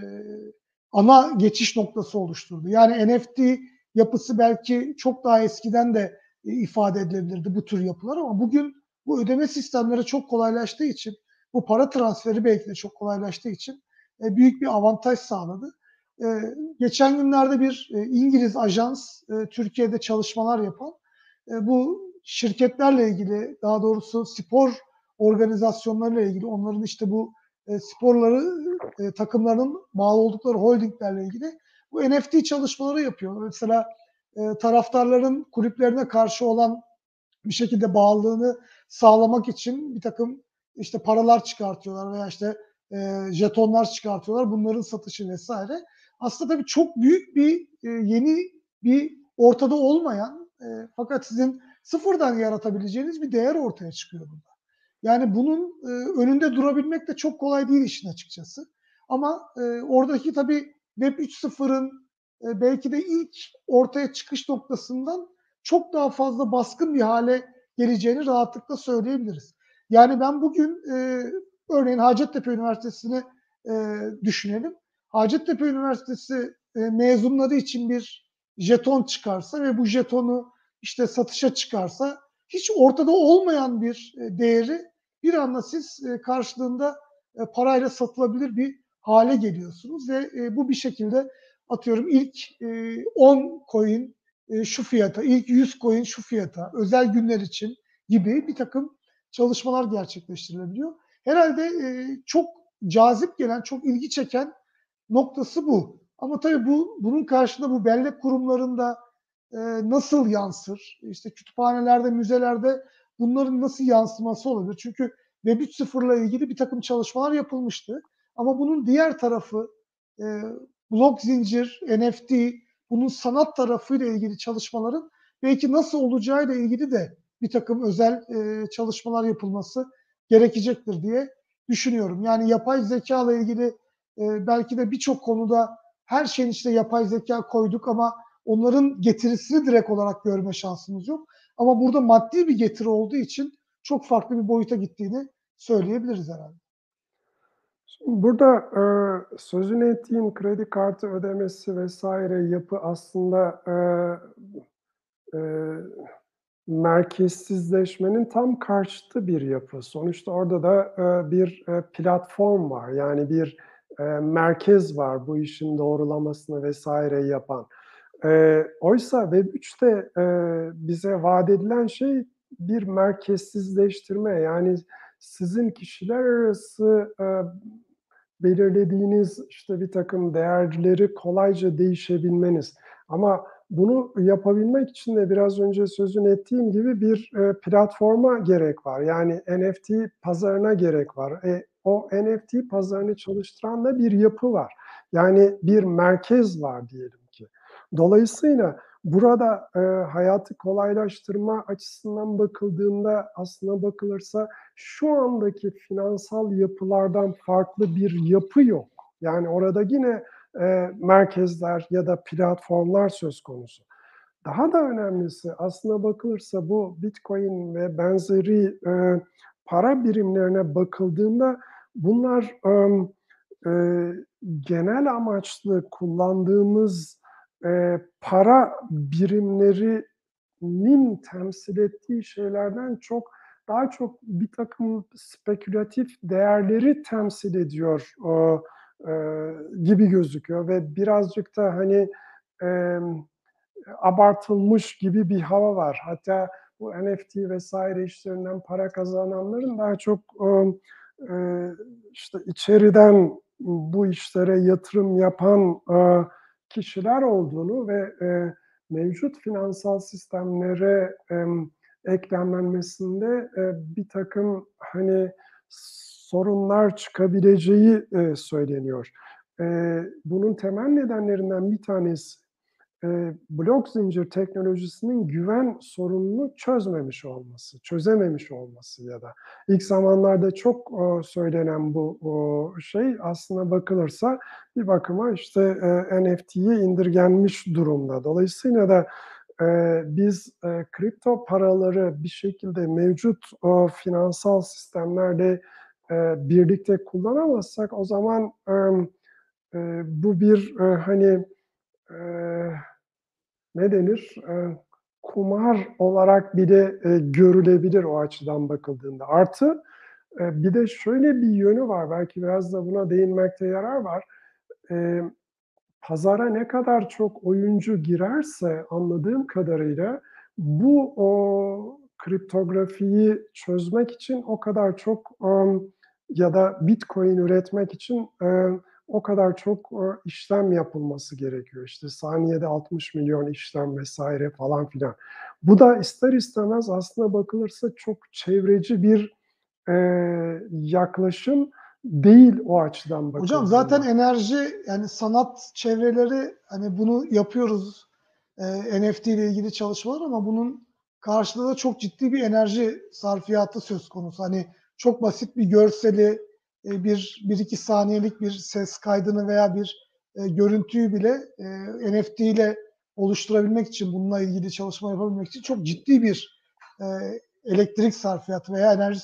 ana geçiş noktası oluşturdu. Yani NFT yapısı belki çok daha eskiden de ifade edilebilirdi bu tür yapılar ama bugün bu ödeme sistemleri çok kolaylaştığı için bu para transferi belki de çok kolaylaştığı için büyük bir avantaj sağladı. Geçen günlerde bir İngiliz ajans Türkiye'de çalışmalar yapan bu şirketlerle ilgili daha doğrusu spor organizasyonlarıyla ilgili onların işte bu sporları takımlarının bağlı oldukları holdinglerle ilgili bu NFT çalışmaları yapıyor. Mesela taraftarların kulüplerine karşı olan bir şekilde bağlılığını sağlamak için bir takım işte paralar çıkartıyorlar veya işte jetonlar çıkartıyorlar. Bunların satışı vesaire. Aslında tabii çok büyük bir yeni bir ortada olmayan fakat sizin sıfırdan yaratabileceğiniz bir değer ortaya çıkıyor burada. Yani bunun önünde durabilmek de çok kolay değil işin açıkçası. Ama oradaki tabii Web 3.0'ın belki de ilk ortaya çıkış noktasından çok daha fazla baskın bir hale geleceğini rahatlıkla söyleyebiliriz. Yani ben bugün örneğin Hacettepe Üniversitesi'ni düşünelim. Hacettepe Üniversitesi mezunları için bir jeton çıkarsa ve bu jetonu işte satışa çıkarsa hiç ortada olmayan bir değeri bir anda siz karşılığında parayla satılabilir bir hale geliyorsunuz ve bu bir şekilde atıyorum ilk 10 coin şu fiyata, ilk 100 coin şu fiyata, özel günler için gibi bir takım çalışmalar gerçekleştirilebiliyor. Herhalde çok cazip gelen, çok ilgi çeken noktası bu. Ama tabii bunun karşında bu bellek kurumlarında nasıl yansır? İşte kütüphanelerde, müzelerde bunların nasıl yansıması olabilir? Çünkü Web 3.0 ile ilgili bir takım çalışmalar yapılmıştı. Ama bunun diğer tarafı e, blok zincir, NFT, bunun sanat tarafıyla ilgili çalışmaların belki nasıl olacağıyla ilgili de bir takım özel çalışmalar yapılması gerekecektir diye düşünüyorum. Yani yapay zeka ile ilgili belki de birçok konuda her şeyin içine yapay zeka koyduk ama onların getirisini direkt olarak görme şansımız yok. Ama burada maddi bir getiri olduğu için çok farklı bir boyuta gittiğini söyleyebiliriz herhalde. Şimdi burada, sözünü ettiğin kredi kartı ödemesi vesaire yapı aslında, eee, merkezsizleşmenin tam karşıtı bir yapı. Sonuçta orada da, bir, platform var. Yani bir merkez var bu işin doğrulamasını vesaire yapan. Oysa Web3'te bize vaat edilen şey bir merkezsizleştirme. Yani sizin kişiler arası belirlediğiniz işte bir takım değerleri kolayca değişebilmeniz. Ama bunu yapabilmek için de biraz önce sözünü ettiğim gibi bir platforma gerek var. Yani NFT pazarına gerek var. O NFT pazarını çalıştıran da bir yapı var. Yani bir merkez var diyelim ki. Dolayısıyla burada hayatı kolaylaştırma açısından bakıldığında aslına bakılırsa şu andaki finansal yapılardan farklı bir yapı yok. Yani orada yine merkezler ya da platformlar söz konusu. Daha da önemlisi aslına bakılırsa bu Bitcoin ve benzeri para birimlerine bakıldığında bunlar e, genel amaçlı kullandığımız para birimlerinin temsil ettiği şeylerden çok daha çok bir takım spekülatif değerleri temsil ediyor gibi gözüküyor ve birazcık da hani e, abartılmış gibi bir hava var. Hatta bu NFT vesaire işlerinden para kazananların daha çok e, işte içeriden bu işlere yatırım yapan kişiler olduğunu ve mevcut finansal sistemlere eklemlenmesinde bir takım hani sorunlar çıkabileceği söyleniyor. Bunun temel nedenlerinden bir tanesi blok zincir teknolojisinin güven sorununu çözememiş olması ya da ilk zamanlarda çok söylenen bu şey aslına bakılırsa bir bakıma işte NFT'ye indirgenmiş durumda. Dolayısıyla da biz kripto paraları bir şekilde mevcut finansal sistemlerde birlikte kullanamazsak o zaman bu bir hani ne denir? Kumar olarak bile görülebilir o açıdan bakıldığında. Artı bir de şöyle bir yönü var. Belki biraz da buna değinmekte yarar var. Pazara ne kadar çok oyuncu girerse anladığım kadarıyla bu kriptografiyi çözmek için o kadar çok ya da Bitcoin üretmek için o kadar çok işlem yapılması gerekiyor. İşte saniyede 60 milyon işlem vesaire falan filan. Bu da ister istemez aslına bakılırsa çok çevreci bir yaklaşım değil o açıdan Hocam zaten bakıldığında. enerji yani sanat çevreleri hani bunu yapıyoruz NFT ile ilgili çalışmalar ama bunun karşılığında çok ciddi bir enerji sarfiyatı söz konusu. Hani çok basit bir görseli bir iki saniyelik bir ses kaydını veya bir görüntüyü bile NFT ile oluşturabilmek için bununla ilgili çalışma yapabilmek için çok ciddi bir e, elektrik sarfiyatı veya enerji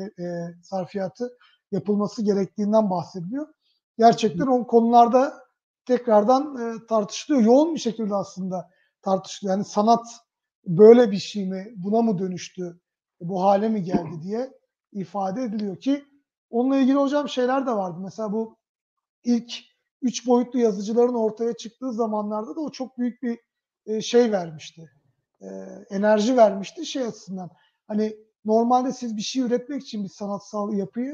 sarfiyatı yapılması gerektiğinden bahsediliyor. Gerçekten o konularda tekrardan tartışılıyor. Yoğun bir şekilde aslında tartışılıyor. Yani sanat böyle bir şey mi, buna mı dönüştü, bu hale mi geldi diye ifade ediliyor ki onunla ilgili hocam şeyler de vardı. Mesela bu ilk 3 boyutlu yazıcıların ortaya çıktığı zamanlarda da o çok büyük bir şey vermişti. E, enerji vermişti şey açısından. Hani normalde siz bir şey üretmek için bir sanatsal yapıyı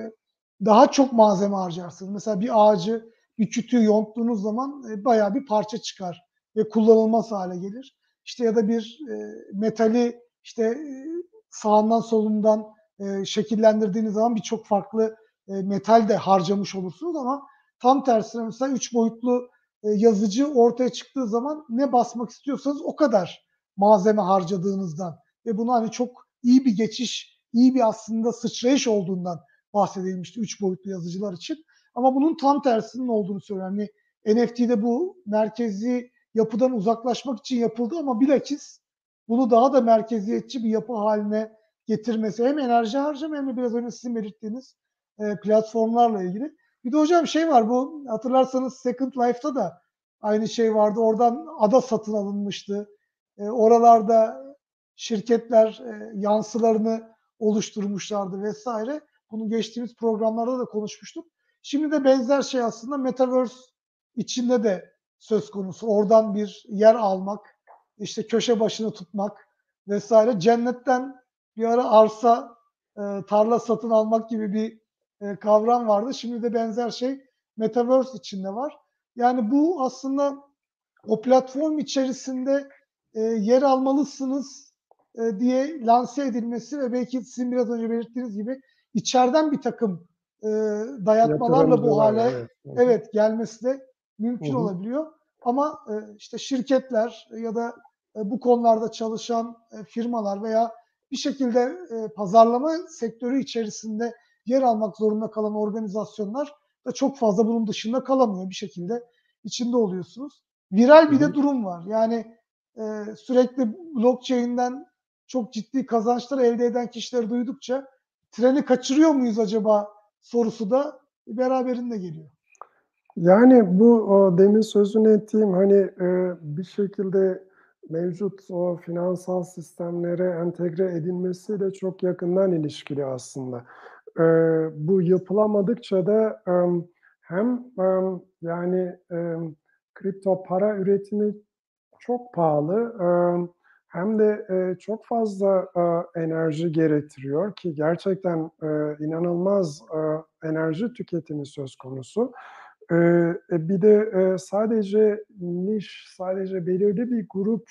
daha çok malzeme harcarsınız. Mesela bir ağacı, bir kütüğü yonttuğunuz zaman bayağı bir parça çıkar ve kullanılmaz hale gelir. İşte ya da bir metali işte sağından solundan şekillendirdiğiniz zaman birçok farklı metal de harcamış olursunuz ama tam tersine mesela 3 boyutlu yazıcı ortaya çıktığı zaman ne basmak istiyorsanız o kadar malzeme harcadığınızdan ve bunu hani çok iyi bir geçiş, iyi bir aslında sıçrayış olduğundan bahsedilmişti 3 boyutlu yazıcılar için. Ama bunun tam tersinin olduğunu söylüyor. Yani NFT'de bu merkezi yapıdan uzaklaşmak için yapıldı ama bilakis bunu daha da merkeziyetçi bir yapı haline getirmesi hem enerji harcama hem de biraz önce sizin belirttiğiniz platformlarla ilgili. Bir de hocam şey var bu hatırlarsanız Second Life'da da aynı şey vardı. Oradan ada satın alınmıştı. Oralarda şirketler yansılarını oluşturmuşlardı vesaire. Bunu geçtiğimiz programlarda da konuşmuştuk. Şimdi de benzer şey aslında Metaverse içinde de söz konusu. Oradan bir yer almak, işte köşe başını tutmak vesaire. Cennetten bir ara arsa, tarla satın almak gibi bir kavram vardı. Şimdi de benzer şey Metaverse içinde var. Yani bu aslında o platform içerisinde yer almalısınız diye lanse edilmesi ve belki sizin biraz önce belirttiğiniz gibi içeriden bir takım dayatmalarla bu Yatırımcılar, hale evet. Hı hı. evet gelmesi de Hı mümkün hı. olabiliyor. Ama işte şirketler ya da bu konularda çalışan firmalar veya bir şekilde pazarlama sektörü içerisinde yer almak zorunda kalan organizasyonlar da çok fazla bunun dışında kalamıyor. Bir şekilde içinde oluyorsunuz. Viral Hı bir de hı. durum var. Yani sürekli blockchain'den çok ciddi kazançlar elde eden kişileri duydukça treni kaçırıyor muyuz acaba sorusu da beraberinde geliyor. Yani bu demin sözünü ettiğim, hani, bir şekilde mevcut o finansal sistemlere entegre edilmesiyle çok yakından ilişkili aslında. Bu yapılamadıkça da, hem, yani, kripto para üretimi çok pahalı, hem de, çok fazla, enerji gerektiriyor ki gerçekten, inanılmaz, enerji tüketimi söz konusu. Bir de, sadece niş, sadece belirli bir grup,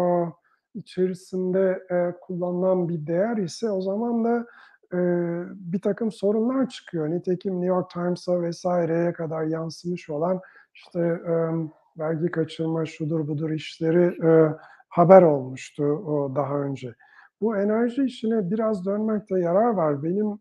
içerisinde, kullanılan bir değer ise o zaman da, birtakım sorunlar çıkıyor. Nitekim New York Times'a vs.'ye kadar yansımış olan, işte, vergi kaçırma, şudur budur işleri, haber olmuştu daha önce. Bu enerji işine biraz dönmekte yarar var. Benim,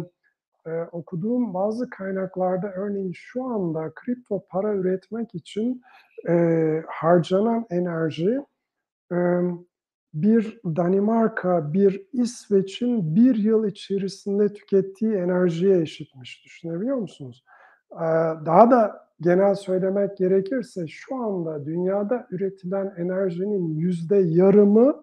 okuduğum bazı kaynaklarda örneğin şu anda kripto para üretmek için, harcanan enerji, emm, bir Danimarka, bir İsveç'in bir yıl içerisinde tükettiği enerjiye eşitmiş. Düşünebiliyor musunuz? Daha da genel söylemek gerekirse şu anda dünyada üretilen enerjinin %yarımı,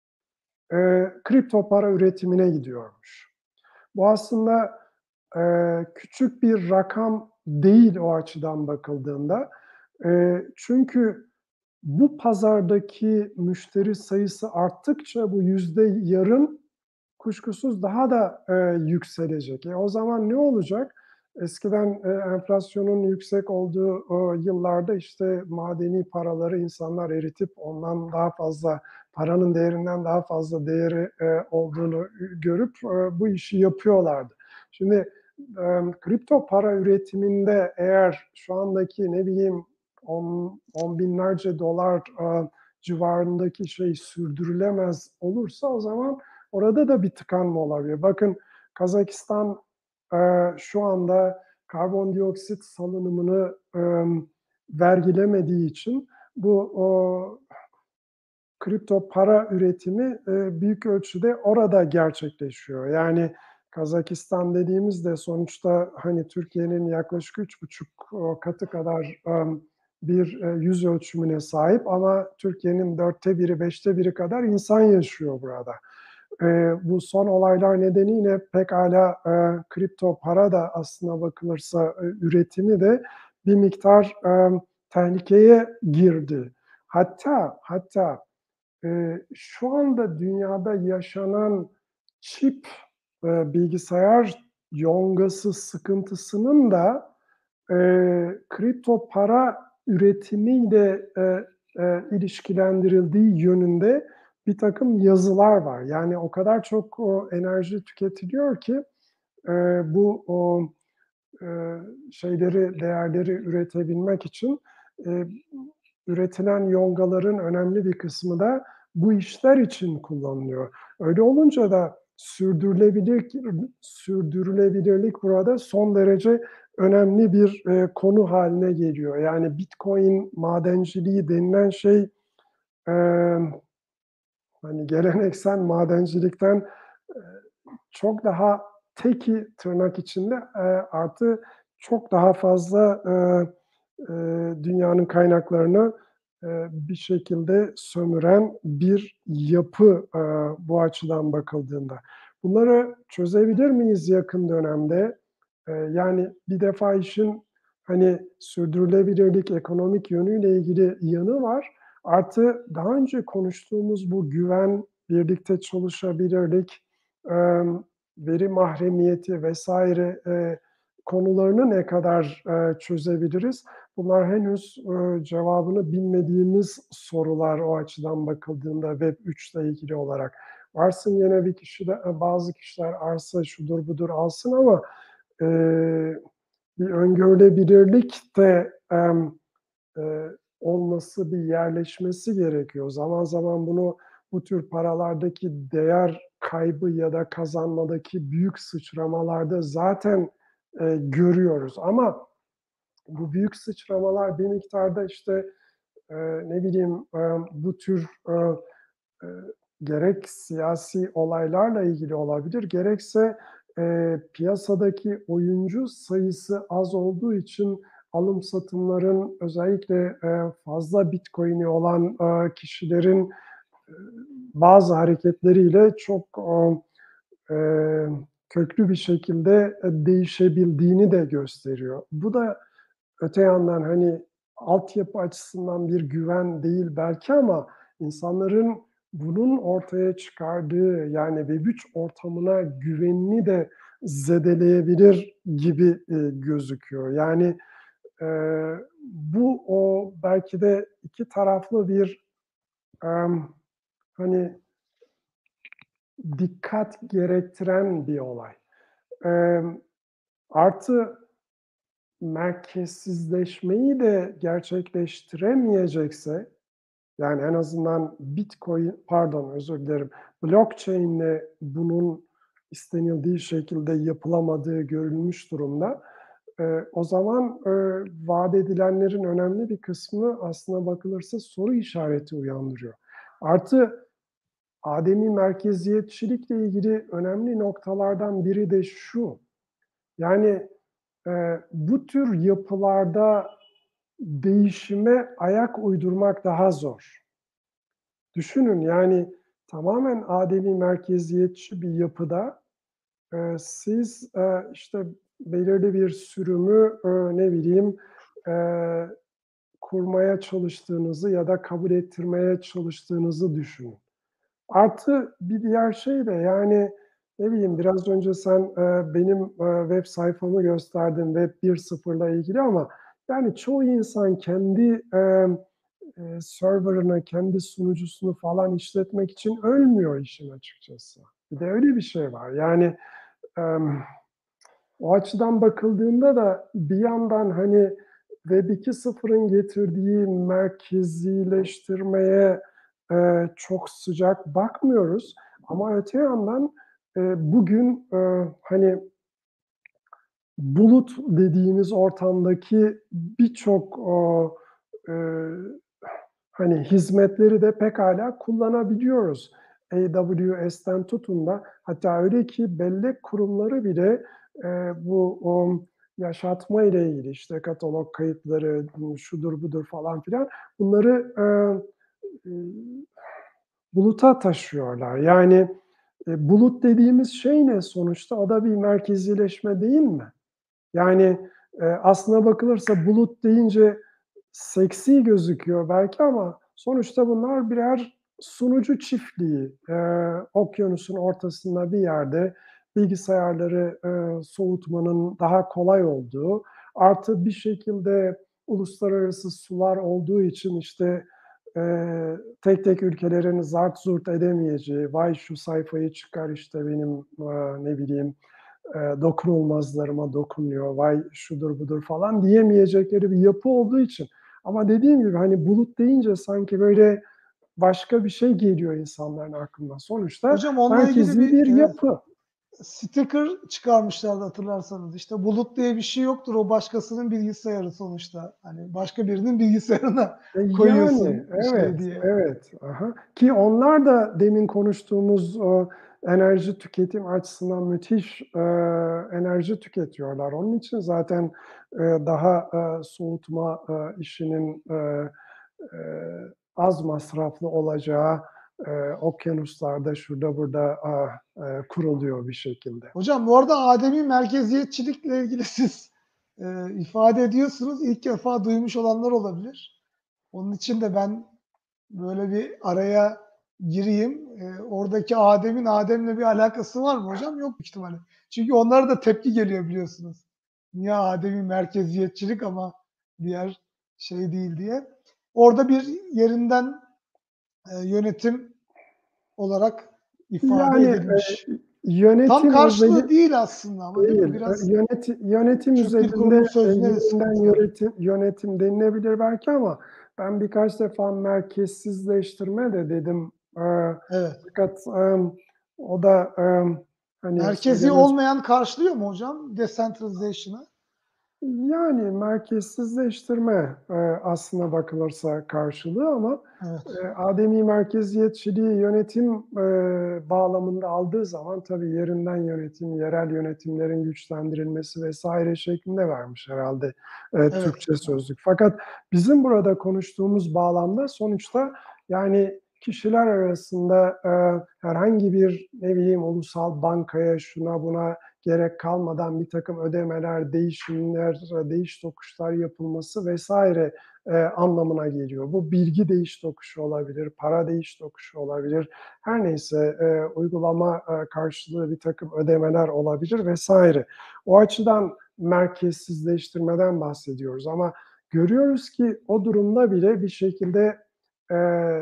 kripto para üretimine gidiyormuş. Bu aslında, küçük bir rakam değil o açıdan bakıldığında. Çünkü bu pazardaki müşteri sayısı arttıkça bu %yarım kuşkusuz daha da, yükselecek. O zaman ne olacak? Eskiden, enflasyonun yüksek olduğu o yıllarda, işte, madeni paraları insanlar eritip ondan daha fazla, paranın değerinden daha fazla değeri, olduğunu görüp, bu işi yapıyorlardı. Şimdi, kripto para üretiminde eğer şu andaki, ne bileyim, on binlerce dolar, civarındaki şey sürdürülemez olursa o zaman orada da bir tıkanma olabilir. Bakın Kazakistan şu anda karbondioksit salınımını vergilemediği için bu kripto para üretimi büyük ölçüde orada gerçekleşiyor. Yani Kazakistan dediğimizde sonuçta hani Türkiye'nin yaklaşık 3,5 katı kadar bir yüz ölçümüne sahip ama Türkiye'nin 1/4, 5'te 1'i kadar insan yaşıyor burada. Bu son olaylar nedeniyle pekâlâ kripto para da aslına bakılırsa üretimi de bir miktar tehlikeye girdi. Hatta şu anda dünyada yaşanan çip, bilgisayar yongası sıkıntısının da kripto para üretimiyle ilişkilendirildiği yönünde birtakım yazılar var. Yani o kadar çok enerji tüketiliyor ki bu şeyleri, değerleri üretebilmek için eee, üretilen yongaların önemli bir kısmı da bu işler için kullanılıyor. Öyle olunca da sürdürülebilirlik burada son derece önemli bir konu haline geliyor. Yani Bitcoin madenciliği denilen şey, emm, hani geleneksel madencilikten eee, çok daha teki tırnak içinde artı çok daha fazla dünyanın kaynaklarını bir şekilde sömüren bir yapı bu açıdan bakıldığında. Bunları çözebilir miyiz yakın dönemde? Yani bir defa işin hani sürdürülebilirlik, ekonomik yönüyle ilgili yanı var. Artı daha önce konuştuğumuz bu güven, birlikte çalışabilirlik, veri mahremiyeti vesaire konularını ne kadar çözebiliriz? Bunlar henüz cevabını bilmediğimiz sorular o açıdan bakıldığında Web3 ile ilgili olarak. Varsın yine bir kişi de bazı kişiler arsa şudur budur alsın ama bir öngörülebilirlik de olması, bir yerleşmesi gerekiyor. Zaman zaman bunu bu tür paralardaki değer kaybı ya da kazanmadaki büyük sıçramalarda zaten görüyoruz. Ama bu büyük sıçramalar bir miktarda işte ne bileyim bu tür e, gerek siyasi olaylarla ilgili olabilir, gerekse piyasadaki oyuncu sayısı az olduğu için alım satımların özellikle fazla Bitcoin'i olan kişilerin e, bazı hareketleriyle çok e, köklü bir şekilde değişebildiğini de gösteriyor. Bu da öte yandan hani altyapı açısından bir güven değil belki ama insanların bunun ortaya çıkardığı yani Web3 ortamına güvenini de zedeleyebilir gibi gözüküyor. Yani e, bu o belki de iki taraflı bir hani dikkat gerektiren bir olay. E, Artı merkezsizleşmeyi de gerçekleştiremeyecekse, yani en azından Bitcoin, pardon özür dilerim, blockchain'le bunun istenildiği şekilde yapılamadığı görülmüş durumda. O zaman vaat edilenlerin önemli bir kısmı aslına bakılırsa soru işareti uyandırıyor. Artı ademi merkeziyetçilikle ilgili önemli noktalardan biri de şu, yani bu tür yapılarda değişime ayak uydurmak daha zor. Düşünün yani tamamen ademi merkeziyetçi bir yapıda siz işte belirli bir sürümü ne bileyim e, kurmaya çalıştığınızı ya da kabul ettirmeye çalıştığınızı düşünün. Artı bir diğer şey de yani ne bileyim biraz önce sen benim web sayfamı gösterdin Web 1.0 ile ilgili ama yani çoğu insan kendi serverını, kendi sunucusunu falan işletmek için ölmüyor işin açıkçası. Bir de öyle bir şey var. Yani e, o açıdan bakıldığında da bir yandan hani Web 2.0'ın getirdiği merkezileştirmeye çok sıcak bakmıyoruz. Ama öte yandan bugün hani bulut dediğimiz ortamdaki birçok e, hani hizmetleri de pekala kullanabiliyoruz. AWS'ten tutun da hatta öyle ki bellek kurumları bile bu yaşatma ile ilgili işte katalog kayıtları şudur budur falan filan bunları e, buluta taşıyorlar. Yani bulut dediğimiz şey ne sonuçta? O da bir merkezileşme değil mi? Yani aslına bakılırsa bulut deyince seksi gözüküyor belki ama sonuçta bunlar birer sunucu çiftliği. Okyanusun ortasında bir yerde bilgisayarları soğutmanın daha kolay olduğu, artı bir şekilde uluslararası sular olduğu için işte tek tek ülkelerin zart zurt edemeyeceği, vay şu sayfayı çıkar işte benim ne bileyim dokunulmazlarıma dokunuyor, vay şudur budur falan diyemeyecekleri bir yapı olduğu için. Ama dediğim gibi hani bulut deyince sanki böyle başka bir şey geliyor insanların aklına. Sonuçta Hocam onunla ilgili merkezi bir bir yapı. sticker çıkarmışlardı hatırlarsanız. İşte bulut diye bir şey yoktur. O başkasının bilgisayarı sonuçta. Hani başka birinin bilgisayarına Yani koyuyorsun şey evet, diye. evet. Aha. Ki onlar da demin konuştuğumuz o enerji tüketim açısından müthiş enerji tüketiyorlar. Onun için zaten daha soğutma işinin az masraflı olacağı, okyanuslarda şurada burada kuruluyor bir şekilde. Hocam bu arada ademi merkeziyetçilikle ilgili siz ifade ediyorsunuz. İlk defa duymuş olanlar olabilir. Onun için de ben böyle bir araya gireyim. Oradaki Adem'le bir alakası var mı hocam? Yok büyük ihtimalle. Çünkü onlara da tepki geliyor biliyorsunuz. Niye ademi merkeziyetçilik ama diğer şey değil diye. Orada bir yerinden yönetim olarak ifade Yani edilmiş. Tam yönetim karşılığı özeli değil aslında ama değil mi? değil. Biraz Yönetim Türk Dil özelinde Kurumu'nun sözüne de yeniden sıkıntı var. yönetim denilebilir belki ama ben birkaç defa merkezsizleştirme de dedim. Evet. Fakat o da hani Merkezi söylemesi olmayan karşılıyor mu hocam decentralization'ı? yani merkezsizleştirme aslına bakılırsa karşılığı ama Evet. ademi merkeziyetçiliği yönetim bağlamında aldığı zaman tabii yerinden yönetim, yerel yönetimlerin güçlendirilmesi vesaire şeklinde vermiş herhalde Evet. Türkçe sözlük. Fakat bizim burada konuştuğumuz bağlamda sonuçta yani kişiler arasında herhangi bir ne bileyim ulusal bankaya şuna buna gerek kalmadan bir takım ödemeler, değişimler, değiş tokuşlar yapılması vesaire anlamına geliyor. Bu bilgi değiş tokuşu olabilir, para değiş tokuşu olabilir. Her neyse uygulama karşılığı bir takım ödemeler olabilir vesaire. O açıdan merkezsizleştirmeden bahsediyoruz ama görüyoruz ki o durumda bile bir şekilde e,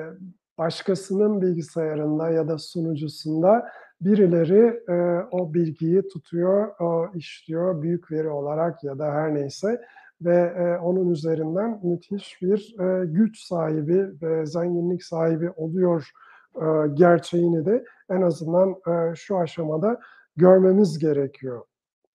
başkasının bilgisayarında ya da sunucusunda birileri o bilgiyi tutuyor, işliyor büyük veri olarak ya da her neyse ve onun üzerinden müthiş bir güç sahibi ve zenginlik sahibi oluyor gerçeğini de en azından şu aşamada görmemiz gerekiyor.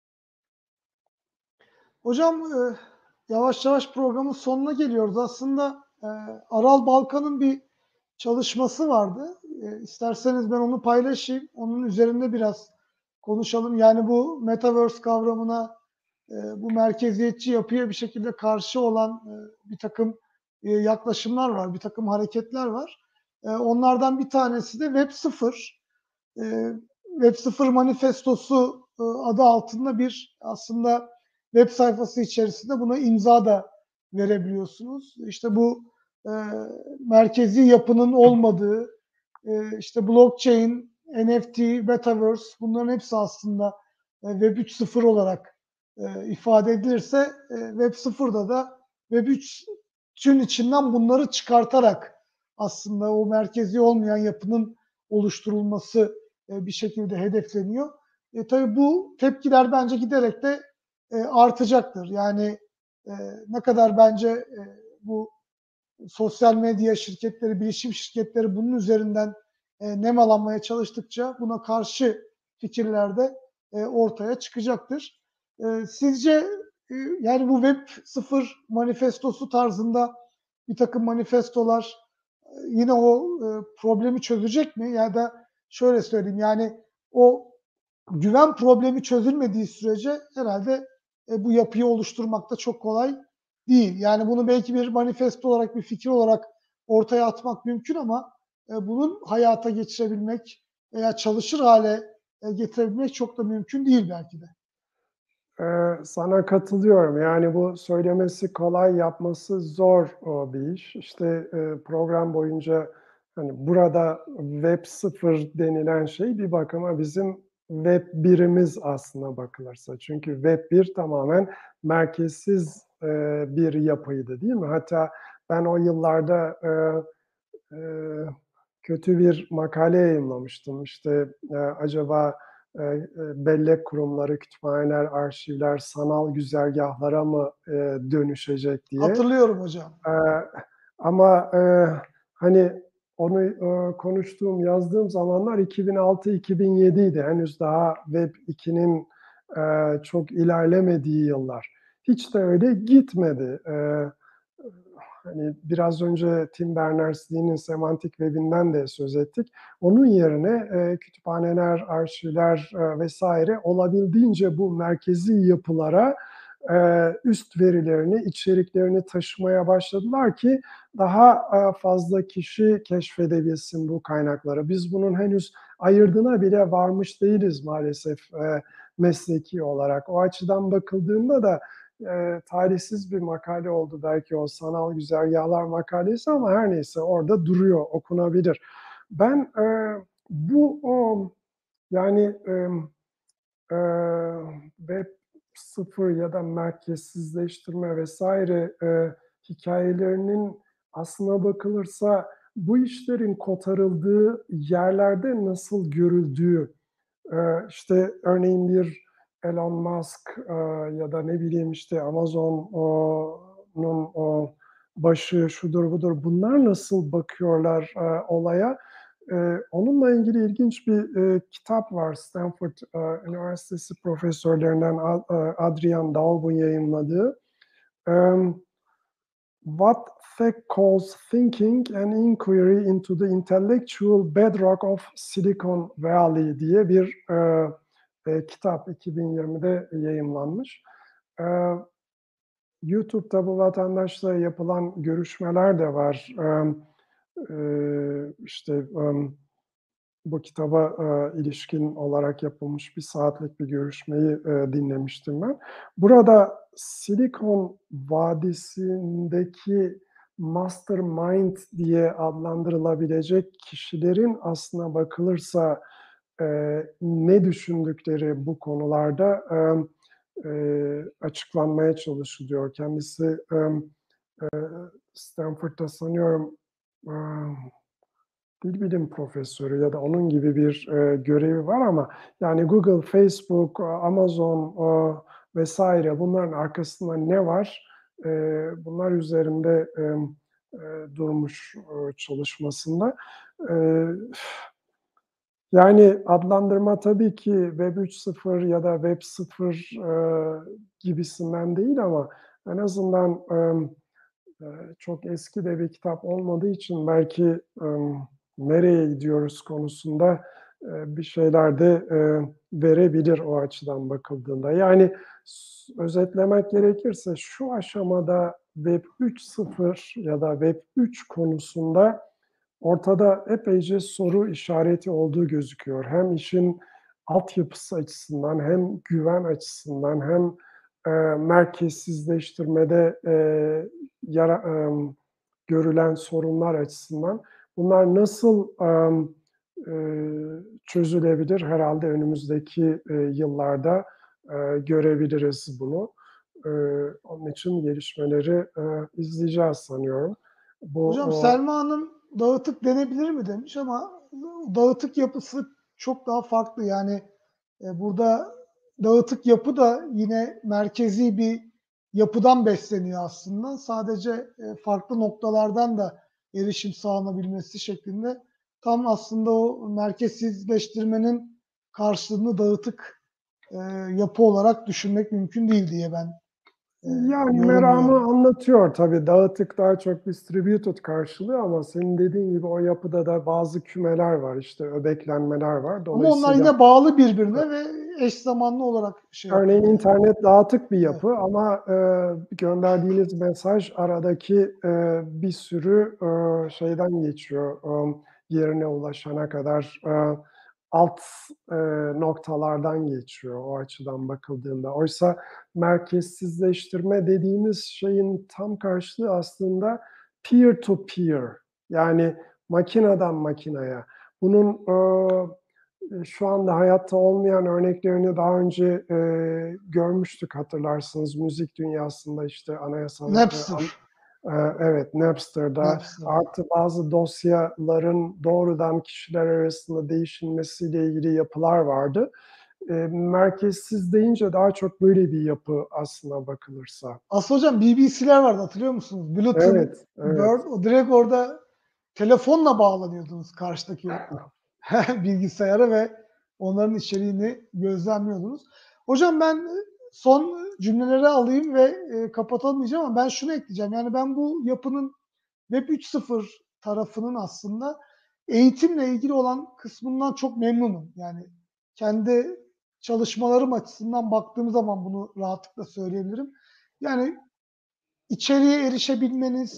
Hocam yavaş yavaş programın sonuna geliyoruz. Aslında Aral Balkan'ın bir çalışması vardı. İsterseniz ben onu paylaşayım. Onun üzerinde biraz konuşalım. Yani bu Metaverse kavramına, bu merkeziyetçi yapıya bir şekilde karşı olan bir takım yaklaşımlar var, bir takım hareketler var. Onlardan bir tanesi de Web 0. E, Web 0 manifestosu adı altında bir aslında web sayfası içerisinde buna imza da verebiliyorsunuz. İşte bu e, merkezi yapının olmadığı, işte blockchain, NFT, Metaverse bunların hepsi aslında Web 3.0 olarak ifade edilirse Web 0'da da Web 3'ün içinden bunları çıkartarak aslında o merkezi olmayan yapının oluşturulması bir şekilde hedefleniyor. Tabii bu tepkiler bence giderek de artacaktır. Yani ne kadar bence bu sosyal medya şirketleri, bilişim şirketleri bunun üzerinden nemalanmaya çalıştıkça buna karşı fikirler de ortaya çıkacaktır. Sizce yani bu Web 0 manifestosu tarzında bir takım manifestolar yine o problemi çözecek mi? Ya da şöyle söyleyeyim yani o güven problemi çözülmediği sürece herhalde bu yapıyı oluşturmak da çok kolay değil. Yani bunu belki bir manifesto olarak, bir fikir olarak ortaya atmak mümkün ama bunun hayata geçirebilmek veya çalışır hale getirebilmek çok da mümkün değil belki de. Sana katılıyorum. Yani bu söylemesi kolay, yapması zor o bir iş. İşte program boyunca hani burada Web 0 denilen şey bir bakıma bizim Web 1'imiz aslına bakılırsa. Çünkü Web 1 tamamen merkezsiz bir yapıydı, değil mi? Hatta ben o yıllarda e, kötü bir makale yayınlamıştım. İşte acaba bellek kurumları, kütüphaneler, arşivler sanal güzergahlara mı dönüşecek diye. Hatırlıyorum hocam. E, ama hani onu konuştuğum, yazdığım zamanlar 2006-2007 idi. Henüz daha Web 2'nin çok ilerlemediği yıllar. Hiç de öyle gitmedi. Hani biraz önce Tim Berners-Lee'nin semantik webinden de söz ettik. Onun yerine kütüphaneler, arşivler vesaire olabildiğince bu merkezi yapılara üst verilerini, içeriklerini taşımaya başladılar ki daha fazla kişi keşfedebilsin bu kaynakları. Biz bunun henüz ayırdığına bile varmış değiliz maalesef mesleki olarak. O açıdan bakıldığında da talihsiz bir makale oldu belki o sanal güzergahlar makalesi ama her neyse orada duruyor, okunabilir. Ben bu yani Web 0 ya da merkezsizleştirme vesaire hikayelerinin aslına bakılırsa bu işlerin kotarıldığı yerlerde nasıl görüldüğü, işte örneğin bir Elon Musk ya da ne bileyim işte Amazon'un o başı şudur budur bunlar nasıl bakıyorlar olaya? Onunla ilgili ilginç bir kitap var. Stanford Üniversitesi profesörlerinden Adrian Daub'un yayınladığı. What Tech Calls Thinking and Inquiry into the Intellectual Bedrock of Silicon Valley diye bir kitap 2020'de yayımlanmış. YouTube'da bu vatandaşla yapılan görüşmeler de var. İşte bu kitaba ilişkin olarak yapılmış 1 saatlik bir görüşmeyi dinlemiştim ben. Burada Silikon Vadisi'ndeki mastermind diye adlandırılabilecek kişilerin aslına bakılırsa ne düşündükleri bu konularda açıklanmaya çalışılıyor. Kendisi Stanford'da sanıyorum dil bilim profesörü ya da onun gibi bir görevi var ama yani Google, Facebook, Amazon vesaire bunların arkasında ne var? Bunlar üzerinde durmuş çalışmasında. Yani adlandırma tabii ki Web 3.0 ya da Web 0 gibisinden değil ama en azından çok eski de bir kitap olmadığı için belki nereye gidiyoruz konusunda bir şeyler de verebilir o açıdan bakıldığında. Yani özetlemek gerekirse şu aşamada Web 3.0 ya da Web 3 konusunda ortada epeyce soru işareti olduğu gözüküyor. Hem işin altyapısı açısından hem güven açısından hem merkezsizleştirmede görülen sorunlar açısından bunlar nasıl çözülebilir? Herhalde önümüzdeki yıllarda görebiliriz bunu. Onun için gelişmeleri izleyeceğiz sanıyorum. Hocam Selma Hanım dağıtık denebilir mi demiş ama dağıtık yapısı çok daha farklı. Yani burada dağıtık yapı da yine merkezi bir yapıdan besleniyor aslında. Sadece farklı noktalardan da erişim sağlanabilmesi şeklinde tam aslında o merkezsizleştirmenin karşılığını dağıtık yapı olarak düşünmek mümkün değil diye ben Yani meramı yorumluyorum. anlatıyor tabii. Dağıtık daha çok distributed karşılığı ama senin dediğin gibi o yapıda da bazı kümeler var, işte öbeklenmeler var. Ama onlar Dolayısıyla yine bağlı birbirine ve eş zamanlı olarak şey örneğin yapıyor yani. internet dağıtık bir Evet. yapı ama gönderdiğiniz mesaj aradaki bir sürü şeyden geçiyor. Yerine ulaşana kadar alt noktalardan geçiyor o açıdan bakıldığında. Oysa merkezsizleştirme dediğimiz şeyin tam karşılığı aslında peer to peer, yani makineden makineye. Bunun şu anda hayatta olmayan örneklerini daha önce görmüştük hatırlarsınız. Müzik dünyasında işte anayasal Napster. evet, Napster'da Napster. artı bazı dosyaların doğrudan kişiler arasında değişilmesiyle ilgili yapılar vardı. Merkezsiz deyince daha çok böyle bir yapı aslına bakılırsa. Aslında hocam BBC'ler vardı hatırlıyor musunuz? Bulletin Evet, Bird. evet. O direkt orada telefonla bağlanıyordunuz karşıdaki bilgisayara ve onların içeriğini gözlemliyordunuz. Hocam ben son cümleleri alayım ve kapatalım diyeceğim ama ben şunu ekleyeceğim. Yani ben bu yapının Web 3.0 tarafının aslında eğitimle ilgili olan kısmından çok memnunum. Yani kendi çalışmalarım açısından baktığım zaman bunu rahatlıkla söyleyebilirim. Yani içeriye erişebilmeniz,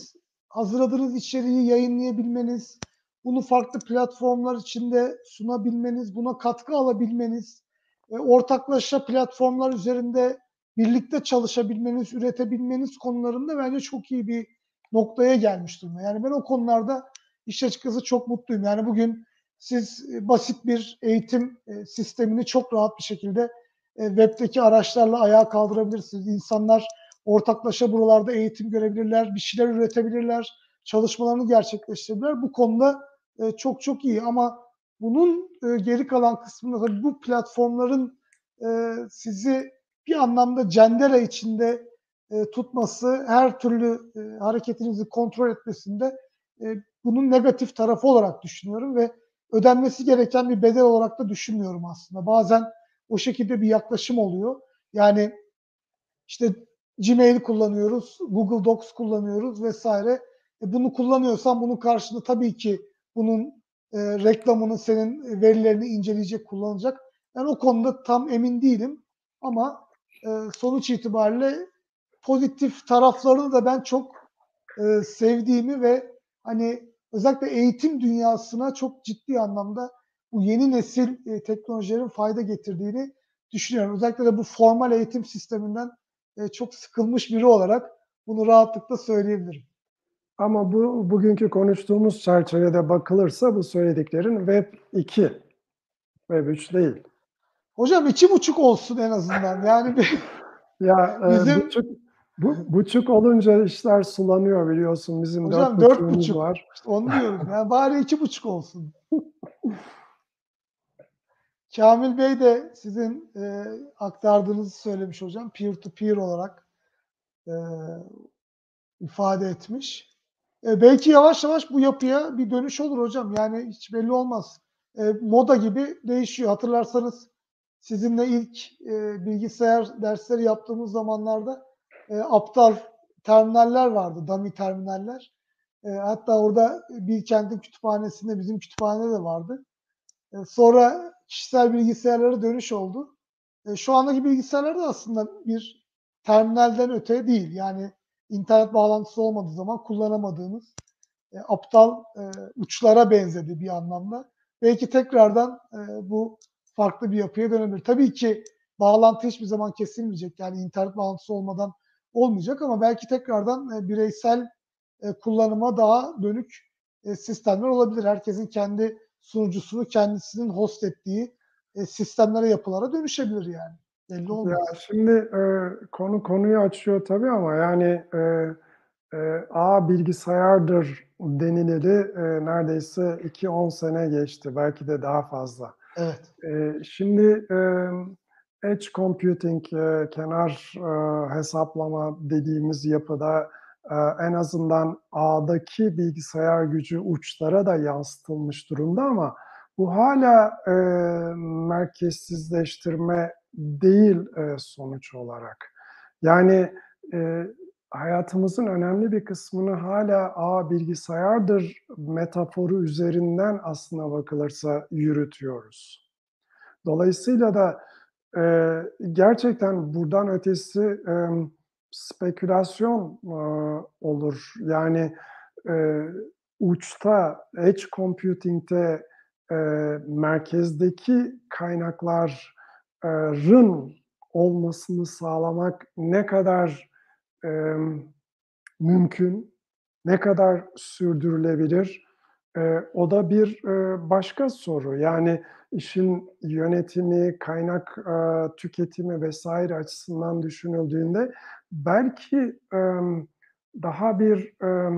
hazırladığınız içeriği yayınlayabilmeniz, bunu farklı platformlar içinde sunabilmeniz, buna katkı alabilmeniz, ortaklaşa platformlar üzerinde birlikte çalışabilmeniz, üretebilmeniz konularında bence çok iyi bir noktaya gelmiş durumda. Yani ben o konularda işin açıkçası çok mutluyum. Yani bugün siz basit bir eğitim sistemini çok rahat bir şekilde web'deki araçlarla ayağa kaldırabilirsiniz. İnsanlar ortaklaşa buralarda eğitim görebilirler, bir şeyler üretebilirler, çalışmalarını gerçekleştirebilirler. Bu konuda çok çok iyi ama bunun geri kalan kısmında tabii bu platformların sizi bir anlamda cendera içinde tutması, her türlü hareketinizi kontrol etmesinde bunun negatif tarafı olarak düşünüyorum ve ödenmesi gereken bir bedel olarak da düşünmüyorum aslında. Bazen o şekilde bir yaklaşım oluyor. Yani işte Gmail kullanıyoruz, Google Docs kullanıyoruz vesaire. Bunu kullanıyorsan bunun karşılığında tabii ki bunun reklamını, senin verilerini inceleyecek, kullanacak. Ben o konuda tam emin değilim ama sonuç itibariyle pozitif taraflarını da ben çok sevdiğimi ve hani özellikle eğitim dünyasına çok ciddi anlamda bu yeni nesil teknolojilerin fayda getirdiğini düşünüyorum. Özellikle de bu formal eğitim sisteminden çok sıkılmış biri olarak bunu rahatlıkla söyleyebilirim. Ama bu bugünkü konuştuğumuz çerçevede bakılırsa bu söylediklerin Web 2, Web 3 değil. Hocam 2,5 olsun en azından. Yani Ya bizim buçuk olunca işler sulanıyor biliyorsun. Bizim dört hocam dört buçuğumuz buçuk. var. İşte onu diyorum. Yani bari 2,5 olsun. Kamil Bey de sizin aktardığınızı söylemiş hocam. Peer to peer olarak e, ifade etmiş. Belki yavaş yavaş bu yapıya bir dönüş olur hocam. Yani hiç belli olmaz. Moda gibi değişiyor. Hatırlarsanız sizinle ilk bilgisayar dersleri yaptığımız zamanlarda aptal terminaller vardı, dummy terminaller. Hatta orada Bilkent'in kütüphanesinde, bizim kütüphanede de vardı. Sonra kişisel bilgisayarlara dönüş oldu. Şu andaki bilgisayarlar da aslında bir terminalden öte değil. Yani internet bağlantısı olmadığı zaman kullanamadığınız aptal uçlara benzedi bir anlamda. Belki tekrardan bu farklı bir yapıya dönebilir. Tabii ki bağlantı hiçbir zaman kesilmeyecek. Yani internet bağlantısı olmadan olmayacak ama belki tekrardan bireysel kullanıma daha dönük sistemler olabilir. Herkesin kendi sunucusunu kendisinin host ettiği sistemlere, yapılara dönüşebilir yani. Belli Ya olmaz. şimdi konuyu açıyor tabii ama yani bilgisayardır denileli neredeyse 2-10 sene geçti. Belki de daha fazla. Evet. Şimdi edge computing, kenar hesaplama dediğimiz yapıda en azından ağdaki bilgisayar gücü uçlara da yansıtılmış durumda ama bu hala merkezsizleştirme değil sonuç olarak. Yani hayatımızın önemli bir kısmını hala bilgisayardır metaforu üzerinden aslına bakılırsa yürütüyoruz. Dolayısıyla da gerçekten buradan ötesi spekülasyon olur. Yani uçta, edge computing'te merkezdeki kaynakların olmasını sağlamak ne kadar mümkün, ne kadar sürdürülebilir? O da bir başka soru. Yani işin yönetimi, kaynak tüketimi vesaire açısından düşünüldüğünde belki daha bir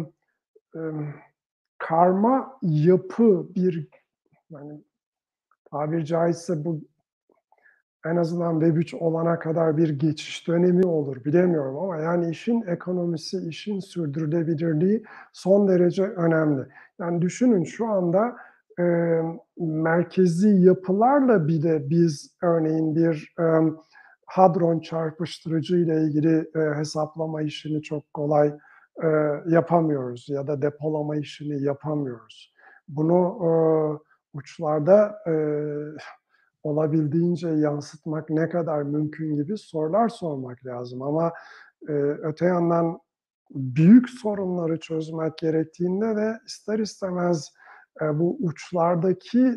karma yapı, bir yani tabiri caizse bu en azından Web3 olana kadar bir geçiş dönemi olur, bilemiyorum ama yani işin ekonomisi, işin sürdürülebilirliği son derece önemli. Yani düşünün şu anda merkezi yapılarla bile biz örneğin bir hadron çarpıştırıcı ile ilgili hesaplama işini çok kolay yapamıyoruz ya da depolama işini yapamıyoruz. Bunu uçlarda olabildiğince yansıtmak ne kadar mümkün gibi sorular sormak lazım. Ama öte yandan büyük sorunları çözmek gerektiğinde de ister istemez bu uçlardaki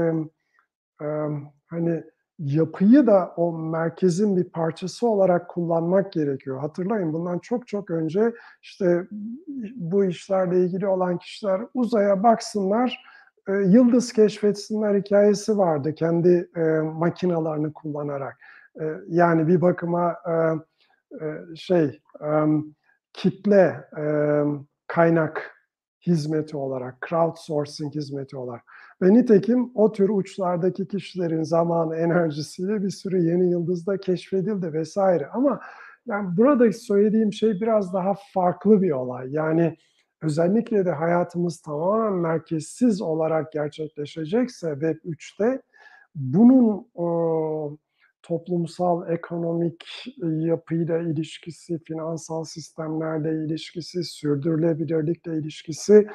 hani yapıyı da o merkezin bir parçası olarak kullanmak gerekiyor. Hatırlayın bundan çok çok önce işte bu işlerle ilgili olan kişiler uzaya baksınlar, yıldız keşfetsinler hikayesi vardı kendi makinalarını kullanarak. Yani bir bakıma şey kitle kaynak hizmeti olarak, crowdsourcing hizmeti olarak. Ve nitekim o tür uçlardaki kişilerin zamanı, enerjisiyle bir sürü yeni yıldız da keşfedildi vesaire. Ama yani burada söylediğim şey biraz daha farklı bir olay. Yani özellikle de hayatımız tamamen merkezsiz olarak gerçekleşecekse Web 3'te bunun toplumsal, ekonomik yapıyla ilişkisi, finansal sistemlerle ilişkisi, sürdürülebilirlikle ilişkisi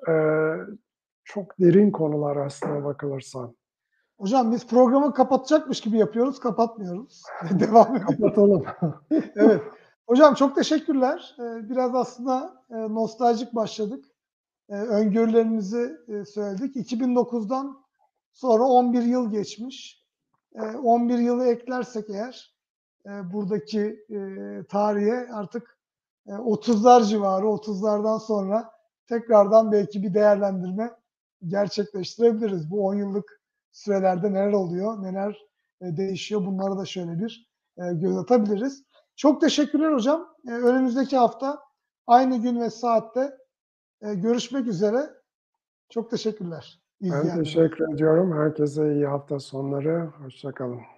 çok derin konular aslına bakılırsa. Hocam biz programı kapatacakmış gibi yapıyoruz, kapatmıyoruz. Devam ediyoruz. Kapatalım. Evet. Hocam çok teşekkürler. Biraz aslında nostaljik başladık. Öngörülerimizi söyledik. 2009'dan sonra 11 yıl geçmiş. 11 yılı eklersek eğer buradaki tarihe artık 30'lar civarı, 30'lardan sonra tekrardan belki bir değerlendirme gerçekleştirebiliriz. Bu 10 yıllık sürelerde neler oluyor, neler değişiyor bunlara da şöyle bir göz atabiliriz. Çok teşekkürler hocam. Önümüzdeki hafta aynı gün ve saatte görüşmek üzere. Çok teşekkürler Ben izleyenlere. teşekkür ediyorum. Herkese iyi hafta sonları. Hoşça kalın.